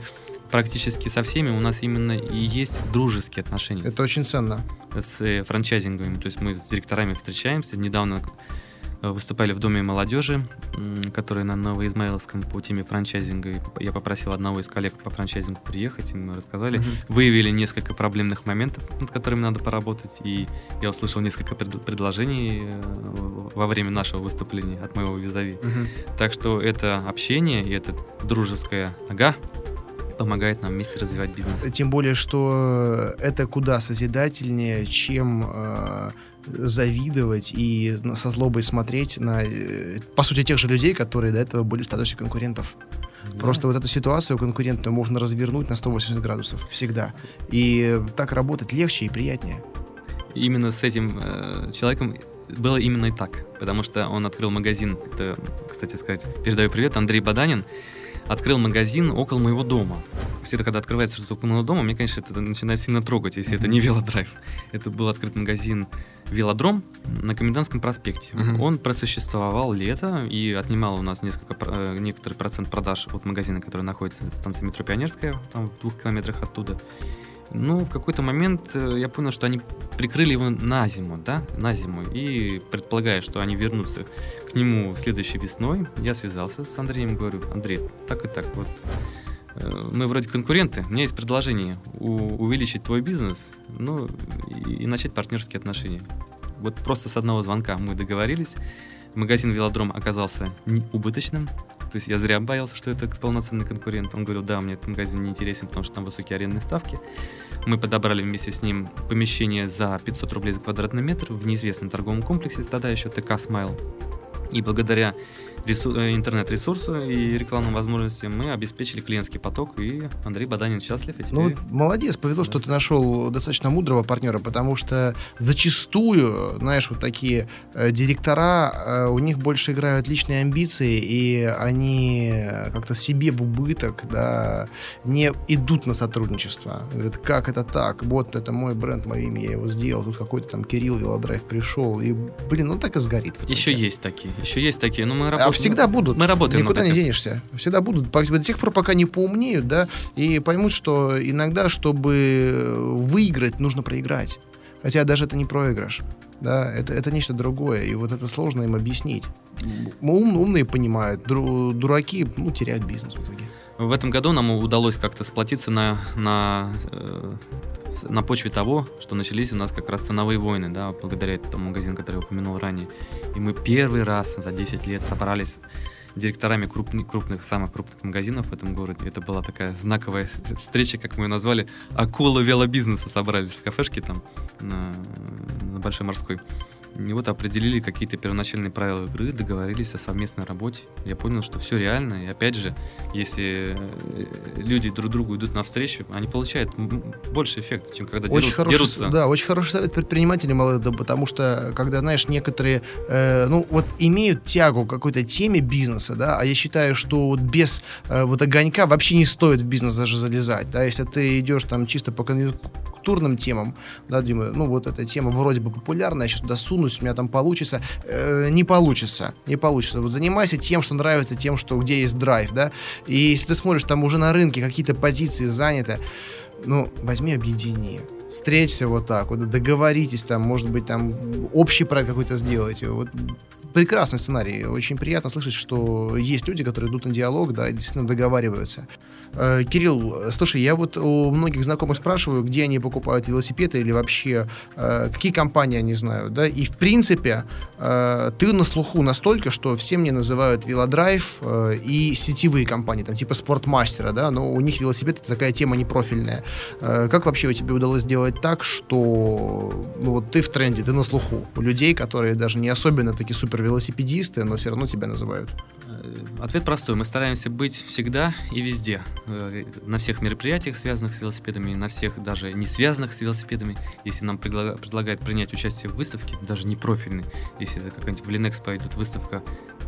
практически со всеми у нас именно и есть дружеские отношения. Это очень ценно. С э, франчайзинговыми. То есть мы с директорами встречаемся. Недавно выступали в Доме молодежи, который на Новоизмаиловском по теме франчайзинга. Я попросил одного из коллег по франчайзингу приехать, и мы рассказали. Mm-hmm. Выявили несколько проблемных моментов, над которыми надо поработать. И я услышал несколько пред- предложений во время нашего выступления от моего визави. Mm-hmm. Так что это общение и это дружеская нога помогает нам вместе развивать бизнес. Тем более, что это куда созидательнее, чем э, завидовать и со злобой смотреть на, э, по сути, тех же людей, которые до этого были в статусе конкурентов. Да. Просто вот эту ситуацию конкурентную можно развернуть на сто восемьдесят градусов всегда. И так работать легче и приятнее. Именно с этим э, человеком было именно и так, потому что он открыл магазин. Это, кстати сказать, передаю привет, Андрей Баданин. Открыл магазин около моего дома. Всегда, когда открывается что-то около моего дома, мне, конечно, это начинает сильно трогать, если mm-hmm. это не велодрайв. Это был открыт магазин «Велодром» на Комендантском проспекте. Mm-hmm. Он просуществовал лето и отнимал у нас несколько, некоторый процент продаж от магазина, который находится на станции метро Пионерская, там в двух километрах оттуда. Ну, в какой-то момент я понял, что они прикрыли его на зиму, да, на зиму, и предполагая, что они вернутся к нему следующей весной, я связался с Андреем и говорю: Андрей, так и так, вот э, мы вроде конкуренты, у меня есть предложение у- увеличить твой бизнес, ну, и, и начать партнерские отношения. Вот просто с одного звонка мы договорились, магазин «Велодром» оказался убыточным. То есть я зря боялся, что это полноценный конкурент. Он говорил: да, мне этот магазин не интересен, потому что там высокие арендные ставки. Мы подобрали вместе с ним помещение за пятьсот рублей за квадратный метр в неизвестном торговом комплексе, тогда еще ТК «Смайл». И благодаря ресурс, интернет-ресурсу и рекламным возможностям мы обеспечили клиентский поток, и Андрей Баданин счастлив. И теперь... Ну, молодец, повезло, да. что ты нашел достаточно мудрого партнера, потому что зачастую, знаешь, вот такие э, директора, э, у них больше играют личные амбиции, и они как-то себе в убыток, да, не идут на сотрудничество. Говорят: как это так? Вот это мой бренд, мое имя, я его сделал, тут какой-то там Кирилл Велодрайв пришел, и, блин, ну так и сгорит. Еще есть такие, еще есть такие, но мы работаем. А всегда будут. Мы работаем Никуда над этим. не денешься. Всегда будут. До тех пор, пока не поумнеют, да, и поймут, что иногда, чтобы выиграть, нужно проиграть. Хотя даже это не проигрыш. Да, это, это нечто другое. И вот это сложно им объяснить. Ум, умные понимают. Ду, дураки, ну, теряют бизнес в итоге. В этом году нам удалось как-то сплотиться на, на, э, на почве того, что начались у нас как раз ценовые войны, да, благодаря этому магазину, который я упомянул ранее. И мы первый раз за десять лет собрались директорами крупных, крупных, самых крупных магазинов в этом городе. Это была такая знаковая встреча, как мы ее назвали, акула велобизнеса. Собрались в кафешке там на, на Большой Морской. И вот определили какие-то первоначальные правила игры, договорились о совместной работе. Я понял, что все реально. И опять же, если люди друг другу идут навстречу, они получают больше эффекта, чем когда очень дерут, хороший, дерутся. Да, очень хороший совет предпринимателям, потому что, когда, знаешь, некоторые, э, ну, вот имеют тягу к какой-то теме бизнеса, да, а я считаю, что вот без э, вот огонька вообще не стоит в бизнес даже залезать, да, если ты идешь там чисто по конъюнктурным темам, да, Дима, ну, вот эта тема вроде бы популярная, я сейчас туда сунусь, у меня там получится, э, не получится, не получится. Вот занимайся тем, что нравится, тем, что где есть драйв, да, и если ты смотришь, там уже на рынке какие-то позиции заняты, ну, возьми, объедини, встреться вот так, вот, договоритесь там, может быть, там общий проект какой-то сделайте, вот. Прекрасный сценарий. Очень приятно слышать, что есть люди, которые идут на диалог, да, и действительно договариваются. Э, Кирилл, слушай, я вот у многих знакомых спрашиваю, где они покупают велосипеды или вообще э, какие компании они знают, да, и в принципе э, ты на слуху настолько, что все мне называют Велодрайв э, и сетевые компании, там типа Спортмастера, да, но у них велосипед — это такая тема непрофильная. Э, как вообще у тебя удалось сделать так, что ну, вот ты в тренде, ты на слуху у людей, которые даже не особенно такие супер велосипедисты, но все равно тебя называют? Ответ простой. Мы стараемся быть всегда и везде. На всех мероприятиях, связанных с велосипедами, на всех даже не связанных с велосипедами. Если нам предла- предлагают принять участие в выставке, даже не профильной, если это какая-нибудь в Линэкспо идет выставка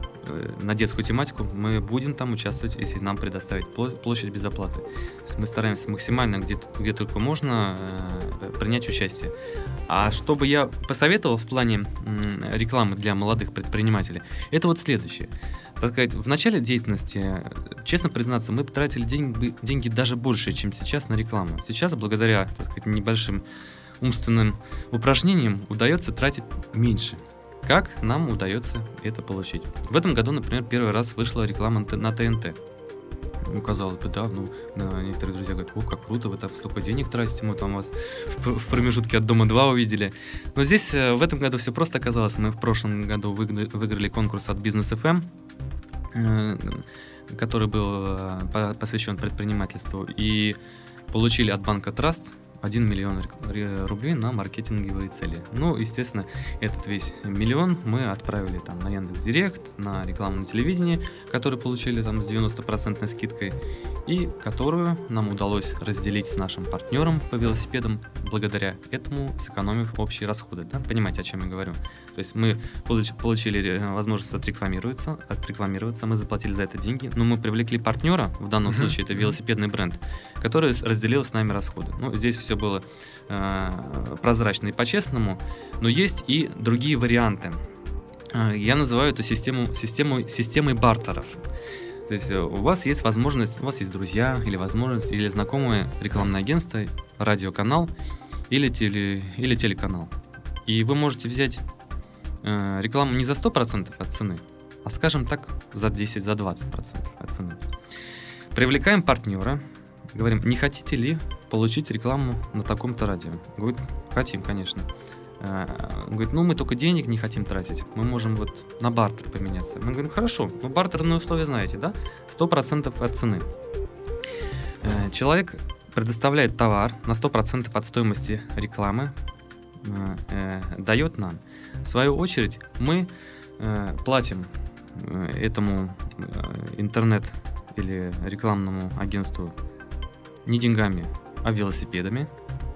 на детскую тематику, мы будем там участвовать, если нам предоставить площадь без оплаты. Мы стараемся максимально, где, где только можно, принять участие. А что бы я посоветовал в плане рекламы для молодых предпринимателей, это вот следующее. так сказать, в начале деятельности, честно признаться, мы потратили деньги, деньги даже больше, чем сейчас на рекламу. Сейчас, благодаря, так сказать, небольшим умственным упражнениям, удается тратить меньше. Как нам удается это получить? В этом году, например, первый раз вышла реклама на ТНТ. Ну, казалось бы, да, ну, некоторые друзья говорят: о, как круто, вы там столько денег тратите, мы там вас в промежутке от Дома-два увидели. Но здесь в этом году все просто оказалось. Мы в прошлом году выиграли конкурс от Бизнес эф эм, который был посвящен предпринимательству, и получили от банка Траст один миллион рублей на маркетинговые цели. Ну, естественно, этот весь миллион мы отправили там на Яндекс.Директ, на рекламу на телевидении, которую получили там с девяносто процентов скидкой, и которую нам удалось разделить с нашим партнером по велосипедам, благодаря этому сэкономив общие расходы. Да? Понимаете, о чем я говорю? То есть мы получили возможность отрекламироваться, отрекламироваться, мы заплатили за это деньги, но мы привлекли партнера, в данном uh-huh. случае это велосипедный бренд, который разделил с нами расходы. Ну, здесь все было э, прозрачно и по-честному, но есть и другие варианты. Э, я называю эту систему, систему системой бартеров. То есть у вас есть возможность, у вас есть друзья или возможность, или знакомое рекламное агентство, радиоканал или, теле, или телеканал. И вы можете взять э, рекламу не за сто процентов от цены, а, скажем так, за десять, за двадцать процентов от цены. Привлекаем партнера, говорим: не хотите ли получить рекламу на таком-то радио? Говорит: хотим, конечно. Говорит: ну мы только денег не хотим тратить, мы можем вот на бартер поменяться. Мы говорим: хорошо, ну бартерные условия знаете, да? сто процентов от цены. Человек предоставляет товар на сто процентов от стоимости рекламы, дает нам. В свою очередь мы платим этому интернет или рекламному агентству не деньгами, а велосипедами,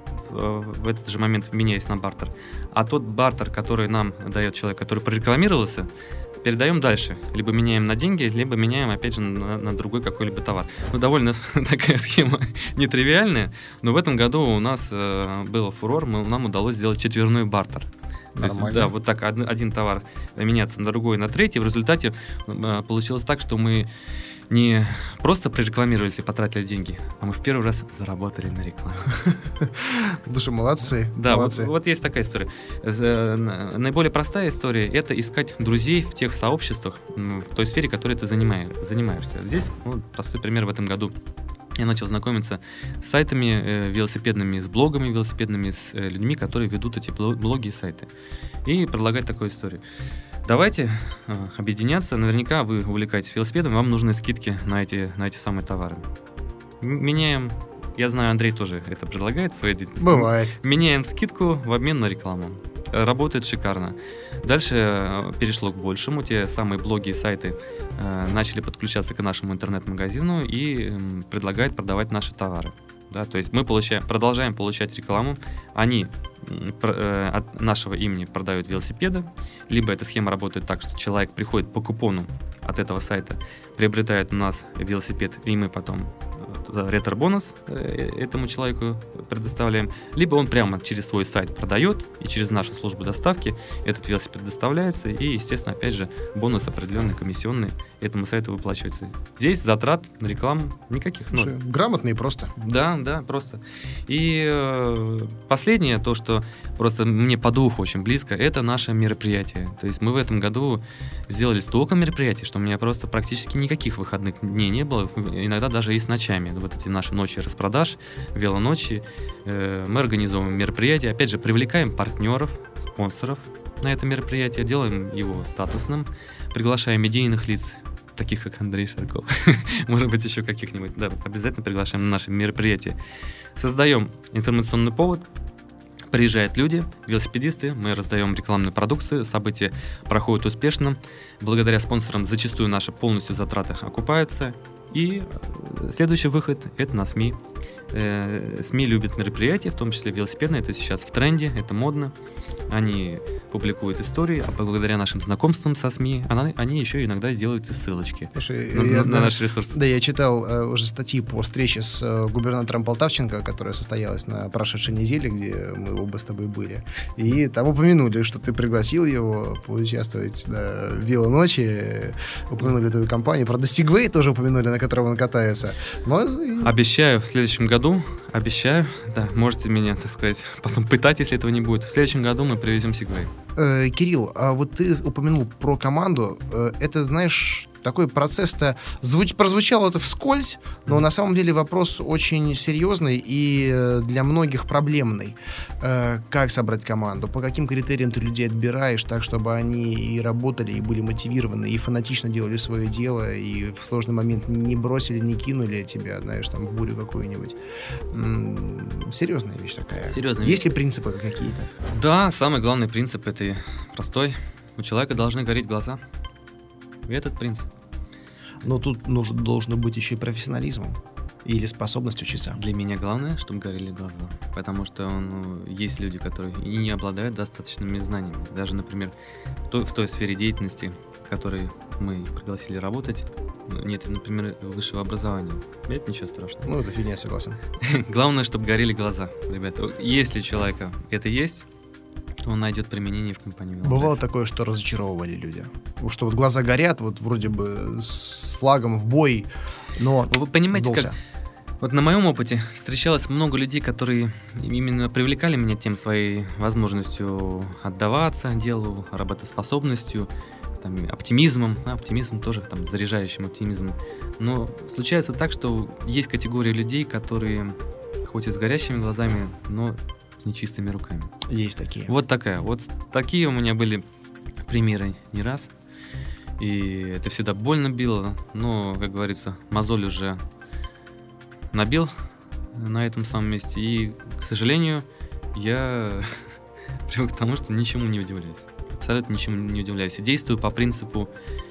в этот же момент меняясь на бартер. А тот бартер, который нам дает человек, который прорекламировался, передаем дальше. Либо меняем на деньги, либо меняем, опять же, на, на другой какой-либо товар. Ну, довольно такая схема нетривиальная, но в этом году у нас э, был фурор, мы, нам удалось сделать четверной бартер. То есть, да, вот так один, один товар меняться на другой, на третий. В результате э, получилось так, что мы не просто прорекламировались и потратили деньги, а мы в первый раз заработали на рекламе. Слушай, молодцы. Да, молодцы. Вот, вот есть такая история. Наиболее простая история — это искать друзей в тех сообществах, в той сфере, которой ты занимаешься. Здесь ну, простой пример. В этом году я начал знакомиться с сайтами э, велосипедными, с блогами велосипедными, с э, людьми, которые ведут эти блоги и сайты. И предлагать такую историю. Давайте э, объединяться. Наверняка вы увлекаетесь велосипедом, вам нужны скидки на эти, на эти самые товары. М- меняем, я знаю, Андрей тоже это предлагает в своей деятельности. Бывает. Меняем скидку в обмен на рекламу. Работает шикарно. Дальше перешло к большему. Те самые блоги и сайты э, начали подключаться к нашему интернет-магазину и э, предлагают продавать наши товары. Да, то есть мы получаем, продолжаем получать рекламу. Они э, от нашего имени продают велосипеды. Либо эта схема работает так, что человек приходит по купону от этого сайта, приобретает у нас велосипед, и мы потом ретро-бонус этому человеку предоставляем, либо он прямо через свой сайт продает, и через нашу службу доставки этот велосипед доставляется, и, естественно, опять же, бонус определенный, комиссионный этому сайту выплачивается. Здесь затрат на рекламу никаких. Слушай, ну, грамотно и просто. Да, да, просто. И э, последнее, то, что просто мне по духу очень близко, это наше мероприятие. То есть мы в этом году сделали столько мероприятий, что у меня просто практически никаких выходных дней не было, иногда даже и с ночами. Вот эти наши ночи распродаж, велоночи. Э, мы организовываем мероприятия, опять же, привлекаем партнеров, спонсоров на это мероприятие, делаем его статусным, приглашаем медийных лиц, таких как Андрей Шарков, может быть, еще каких-нибудь, да, обязательно приглашаем на наши мероприятия. Создаем информационный повод, приезжают люди, велосипедисты, мы раздаем рекламную продукцию, события проходят успешно, благодаря спонсорам зачастую наши полностью затраты окупаются, и следующий выход — это на СМИ. Э, СМИ любят мероприятия, в том числе велосипедные, это сейчас в тренде, это модно. Они публикуют истории, а благодаря нашим знакомствам со СМИ она, они еще иногда делают и ссылочки Слушай, на, я, на да, наш ресурс. Да, я читал э, уже статьи по встрече с э, губернатором Полтавченко, которая состоялась на прошедшей неделе, где мы оба с тобой были. И там упомянули, что ты пригласил его поучаствовать на велоночи, упомянули твою компанию. Правда, Segway тоже упомянули, на котором он катается. Но... Обещаю, в следующем году, обещаю, да, можете меня, так сказать, потом пытать, если этого не будет. В следующем году мы привезем Segway. Э, Кирилл, а вот ты упомянул про команду. Э, это, знаешь, такой процесс-то звуч... прозвучало это вскользь, но на самом деле вопрос очень серьезный и для многих проблемный. Э, как собрать команду? По каким критериям ты людей отбираешь так, чтобы они и работали, и были мотивированы, и фанатично делали свое дело, и в сложный момент не бросили, не кинули тебя, знаешь, там, в бурю какую-нибудь. М-м, серьезная вещь такая. Серьезная Есть вещь. ли принципы какие-то? Да, самый главный принцип это простой. У человека должны гореть глаза. И этот принцип. Но тут нужен, должен быть еще и профессионализм или способность учиться. Для меня главное, чтобы горели глаза. Потому что ну, есть люди, которые и не обладают достаточными знаниями. Даже, например, в той, в той сфере деятельности, в которой мы пригласили работать, нет, например, высшего образования. Это ничего страшного. Ну, это фигня, согласен. Главное, чтобы горели глаза. Ребята, если у человека это есть, то он найдет применение в компании. Бывало такое, что разочаровывали люди. Что вот глаза горят, вот вроде бы с флагом в бой, но вы понимаете, сдулся. как... Вот на моем опыте встречалось много людей, которые именно привлекали меня тем своей возможностью отдаваться делу, работоспособностью, там, оптимизмом, а, оптимизм тоже там, заряжающим оптимизмом. Но случается так, что есть категория людей, которые хоть и с горящими глазами, но с нечистыми руками. Есть такие. Вот такая. Вот такие у меня были примеры не раз. И это всегда больно било, но, как говорится, мозоль уже набил на этом самом месте. И, к сожалению, я привык к тому, что ничему не удивляюсь. Абсолютно ничему не удивляюсь. И действую по принципу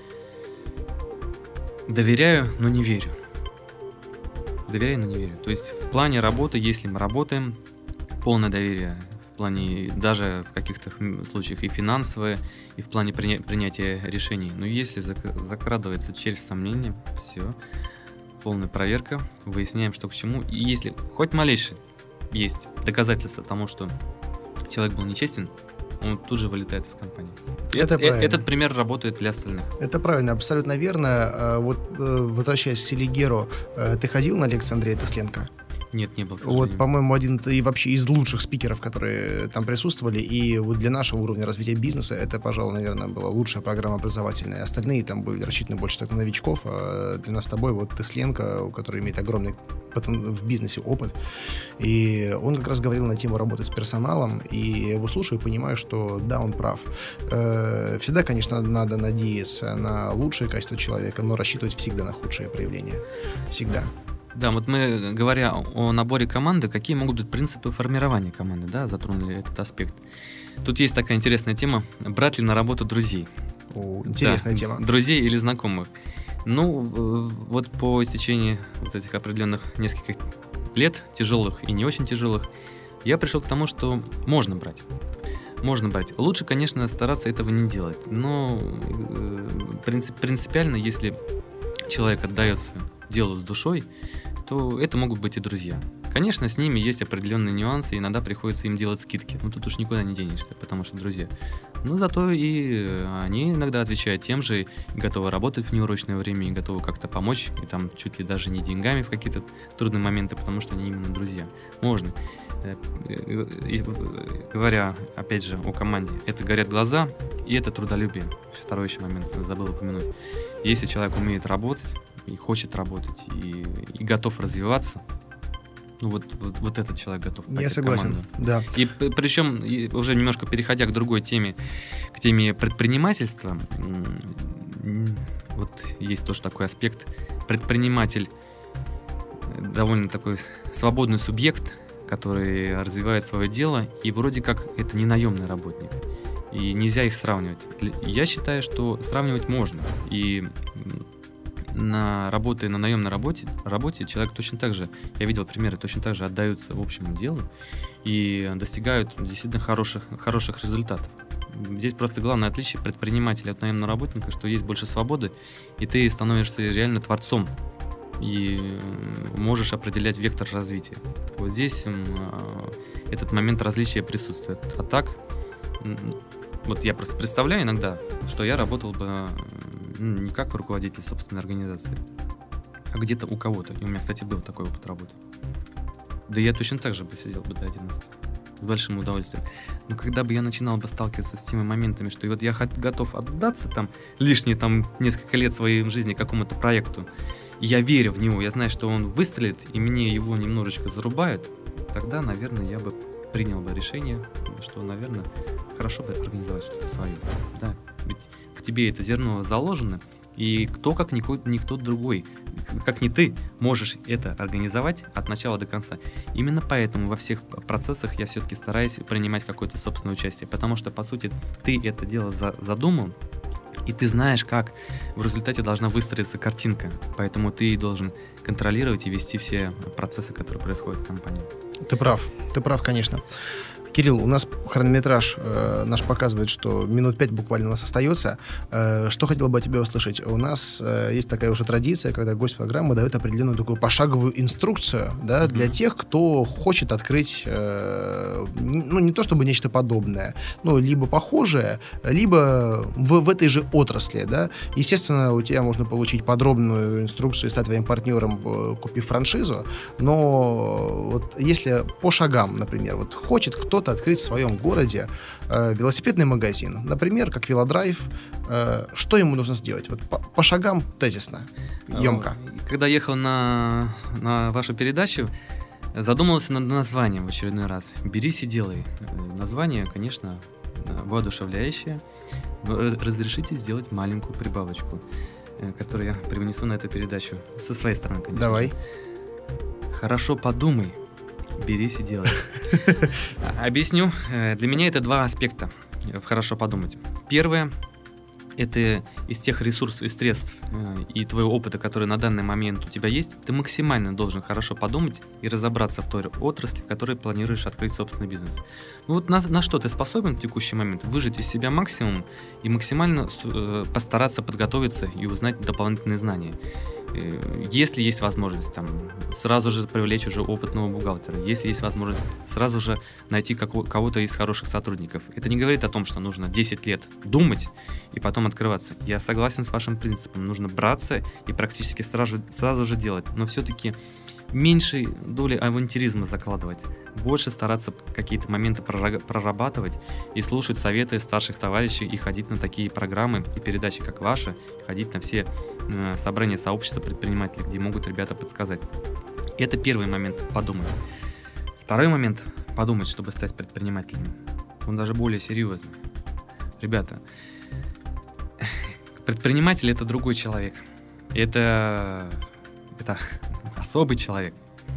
доверяю, но не верю. Доверяю, но не верю. То есть в плане работы, если мы работаем, полное доверие. В плане даже в каких-то случаях и финансовое, и в плане приня- принятия решений. Но если зак- закрадывается через сомнение, все, полная проверка, выясняем, что к чему. И если хоть малейшее есть доказательство тому, что человек был нечестен, он тут же вылетает из компании. Это Э- этот пример работает для остальных. Это правильно, абсолютно верно. Вот возвращаясь к Селигеру, ты ходил на лекции Андрея Тесленко? Нет, не было. Вот, по-моему, один и вообще из лучших спикеров, которые там присутствовали. И вот для нашего уровня развития бизнеса это, пожалуй, наверное, была лучшая программа образовательная. Остальные там были рассчитаны больше так на новичков. А для нас с тобой вот Тесленко, у которого имеет огромный в бизнесе опыт. И он как раз говорил на тему работы с персоналом. И я его слушаю и понимаю, что да, он прав. Всегда, конечно, надо надеяться на лучшее качество человека, но рассчитывать всегда на худшие проявления. Всегда. Да, вот мы, говоря о наборе команды, какие могут быть принципы формирования команды, да, затронули этот аспект. Тут есть такая интересная тема, брать ли на работу друзей. О, интересная да, тема. Друзей или знакомых. Ну, вот по истечении вот этих определенных нескольких лет, тяжелых и не очень тяжелых, я пришел к тому, что можно брать. Можно брать. Лучше, конечно, стараться этого не делать, но принцип, принципиально, если человек отдается делу с душой, то это могут быть и друзья. Конечно, с ними есть определенные нюансы, иногда приходится им делать скидки. Ну, тут уж никуда не денешься, потому что друзья. Но зато и они иногда отвечают тем же, и готовы работать в неурочное время, и готовы как-то помочь, и там чуть ли даже не деньгами в какие-то трудные моменты, потому что они именно друзья. Можно. И, говоря, опять же, о команде, это горят глаза, и это трудолюбие. Второй еще момент, забыл упомянуть. Если человек умеет работать, и хочет работать, и, и готов развиваться, ну вот, вот, вот этот человек готов пойти Я согласен, в команду. да. И причем, и уже немножко переходя к другой теме, к теме предпринимательства, вот есть тоже такой аспект. Предприниматель довольно такой свободный субъект, который развивает свое дело, и вроде как это не наемный работник. И нельзя их сравнивать. Я считаю, что сравнивать можно. И на работе, на наемной работе, работе человек точно так же, я видел примеры, точно так же отдаются общему делу и достигают действительно хороших, хороших результатов. Здесь просто главное отличие предпринимателя от наемного работника, что есть больше свободы, и ты становишься реально творцом и можешь определять вектор развития. Вот здесь этот момент различия присутствует. А так, вот я просто представляю иногда, что я работал бы не как руководитель собственной организации, а где-то у кого-то. И у меня, кстати, был такой опыт работы. Да я точно так же бы сидел бы до одиннадцати. С большим удовольствием. Но когда бы я начинал бы сталкиваться с теми моментами, что вот я готов отдаться там лишние там несколько лет своей жизни какому-то проекту, и я верю в него, я знаю, что он выстрелит, и мне его немножечко зарубают, тогда, наверное, я бы принял бы решение, что, наверное, хорошо бы организовать что-то свое. Да? Ведь в тебе это зерно заложено, и кто, как никто, никто другой, как не ты, можешь это организовать от начала до конца. Именно поэтому во всех процессах я все-таки стараюсь принимать какое-то собственное участие, потому что, по сути, ты это дело за, задумал, и ты знаешь, как в результате должна выстроиться картинка, поэтому ты должен контролировать и вести все процессы, которые происходят в компании. Ты прав, ты прав, конечно. Кирилл, у нас хронометраж э, наш показывает, что минут пять буквально у нас остается. Э, что хотел бы от тебя услышать? У нас э, есть такая уже традиция, когда гость программы дает определенную такую пошаговую инструкцию, да, mm-hmm. для тех, кто хочет открыть, э, ну, не то чтобы нечто подобное, но либо похожее, либо в, в этой же отрасли, да. Естественно, у тебя можно получить подробную инструкцию и стать твоим партнером, купив франшизу, но вот если по шагам, например, вот хочет кто открыть в своем городе э, велосипедный магазин, например, как Велодрайв, э, что ему нужно сделать? Вот по, по шагам тезисно, емко. Когда ехал на, на вашу передачу, задумался над названием в очередной раз. «Берись и делай». Название, конечно, воодушевляющее. Но разрешите сделать маленькую прибавочку, которую я привнесу на эту передачу со своей стороны, конечно. Давай. Хорошо подумай. Берись и делай. Объясню. Для меня это два аспекта. Хорошо подумать. Первое – это из тех ресурсов и средств и твоего опыта, который на данный момент у тебя есть, ты максимально должен хорошо подумать и разобраться в той отрасли, в которой планируешь открыть собственный бизнес. Ну вот на, на что ты способен в текущий момент? Выжать из себя максимум и максимально э, постараться подготовиться и узнать дополнительные знания. Если есть возможность там, сразу же привлечь уже опытного бухгалтера, если есть возможность сразу же найти како- кого-то из хороших сотрудников. Это не говорит о том, что нужно десять лет думать и потом открываться. Я согласен с вашим принципом. Нужно браться и практически сразу, сразу же делать. Но все-таки меньшей доли авантюризма закладывать. Больше стараться какие-то моменты прорабатывать и слушать советы старших товарищей и ходить на такие программы и передачи, как ваши, ходить на все э, собрания сообщества предпринимателей, где могут ребята подсказать. Это первый момент – подумать. Второй момент – подумать, чтобы стать предпринимателем. Он даже более серьезный. Ребята, предприниматель – это другой человек. Это... это особый человек.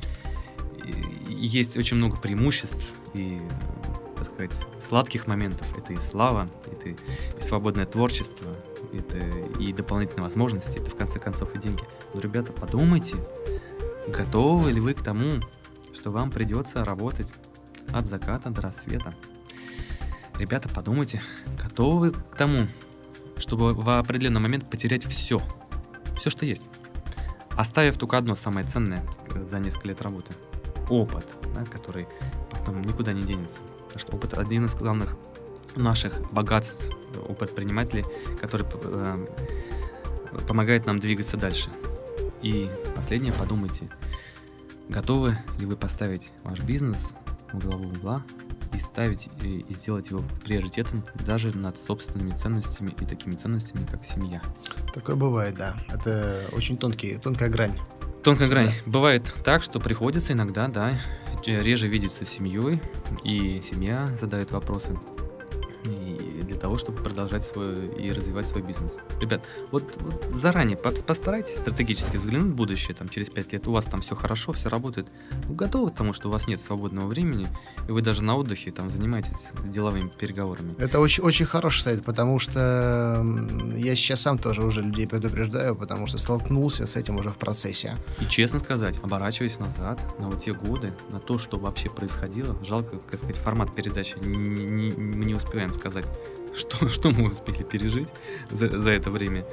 И есть очень много преимуществ и, так сказать, сладких моментов. Это и слава, это и свободное творчество, это и дополнительные возможности, это в конце концов и деньги. Но, ребята, подумайте, готовы ли вы к тому, что вам придется работать от заката до рассвета. Ребята, подумайте, готовы вы к тому, чтобы в определенный момент потерять все, все, что есть, оставив только одно самое ценное за несколько лет работы. Опыт, да, который потом никуда не денется. Потому что опыт – один из главных наших богатств у предпринимателей, который э, помогает нам двигаться дальше. И последнее, подумайте, готовы ли вы поставить ваш бизнес во главу угла и ставить и, и сделать его приоритетом даже над собственными ценностями и такими ценностями, как семья. Такое бывает, да. Это очень тонкий, тонкая грань. Тонкая Всегда. грань. Бывает так, что приходится иногда, да, реже видеться с семьей, и семья задает вопросы. И для того, чтобы продолжать свой и развивать свой бизнес. Ребят, вот, вот заранее постарайтесь стратегически взглянуть в будущее, там, через пять лет, у вас там все хорошо, все работает, вы готовы к тому, что у вас нет свободного времени, и вы даже на отдыхе там занимаетесь деловыми переговорами. Это очень, очень хороший совет, потому что я сейчас сам тоже уже людей предупреждаю, потому что столкнулся с этим уже в процессе. И честно сказать, оборачиваясь назад на вот те годы, на то, что вообще происходило, жалко, как сказать, формат передачи, не, не, мы не успеваем сказать, что, что мы успели пережить за, за это время.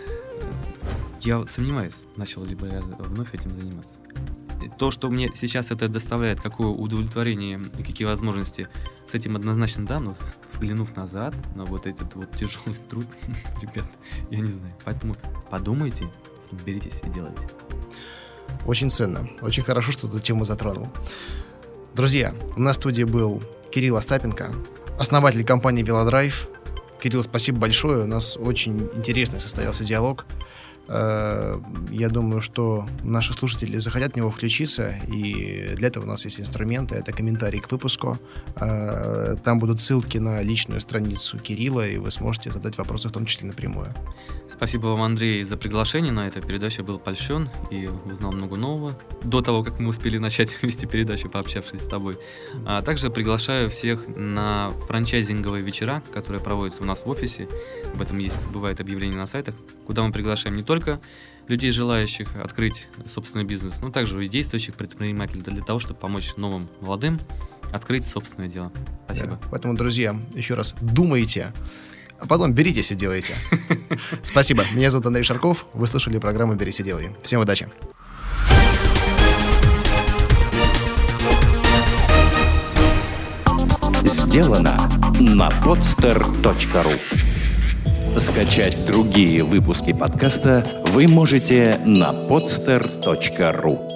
Я сомневаюсь, начал ли бы я вновь этим заниматься. То, что мне сейчас это доставляет, какое удовлетворение и какие возможности, с этим однозначно да, но взглянув назад на вот этот вот тяжелый труд, ребят, я не знаю. Поэтому подумайте, беритесь и делайте. Очень ценно. Очень хорошо, что ты эту тему затронул. Друзья, у нас в студии был Кирилл Остапенко, основатель компании Велодрайв. Кирилл, спасибо большое. У нас очень интересный состоялся диалог. Я думаю, что наши слушатели захотят в него включиться, и для этого у нас есть инструменты. Это комментарий к выпуску. Там будут ссылки на личную страницу Кирилла, и вы сможете задать вопросы, в том числе напрямую. Спасибо вам, Андрей, за приглашение на эту передачу. Я был польщен и узнал много нового до того, как мы успели начать вести передачу, пообщавшись с тобой. А также приглашаю всех на франчайзинговые вечера, которые проводятся у нас в офисе. Об этом есть, бывает объявление на сайтах, куда мы приглашаем не только людей, желающих открыть собственный бизнес, но также и действующих предпринимателей для того, чтобы помочь новым молодым открыть собственное дело. Спасибо. Да, поэтому, друзья, еще раз думайте, а потом беритесь и делайте. Спасибо. Меня зовут Андрей Шарков. Вы слушали программу «Берись и делай». Всем удачи. Сделано на подстер точка ру. Скачать другие выпуски подкаста вы можете на подстер точка ру.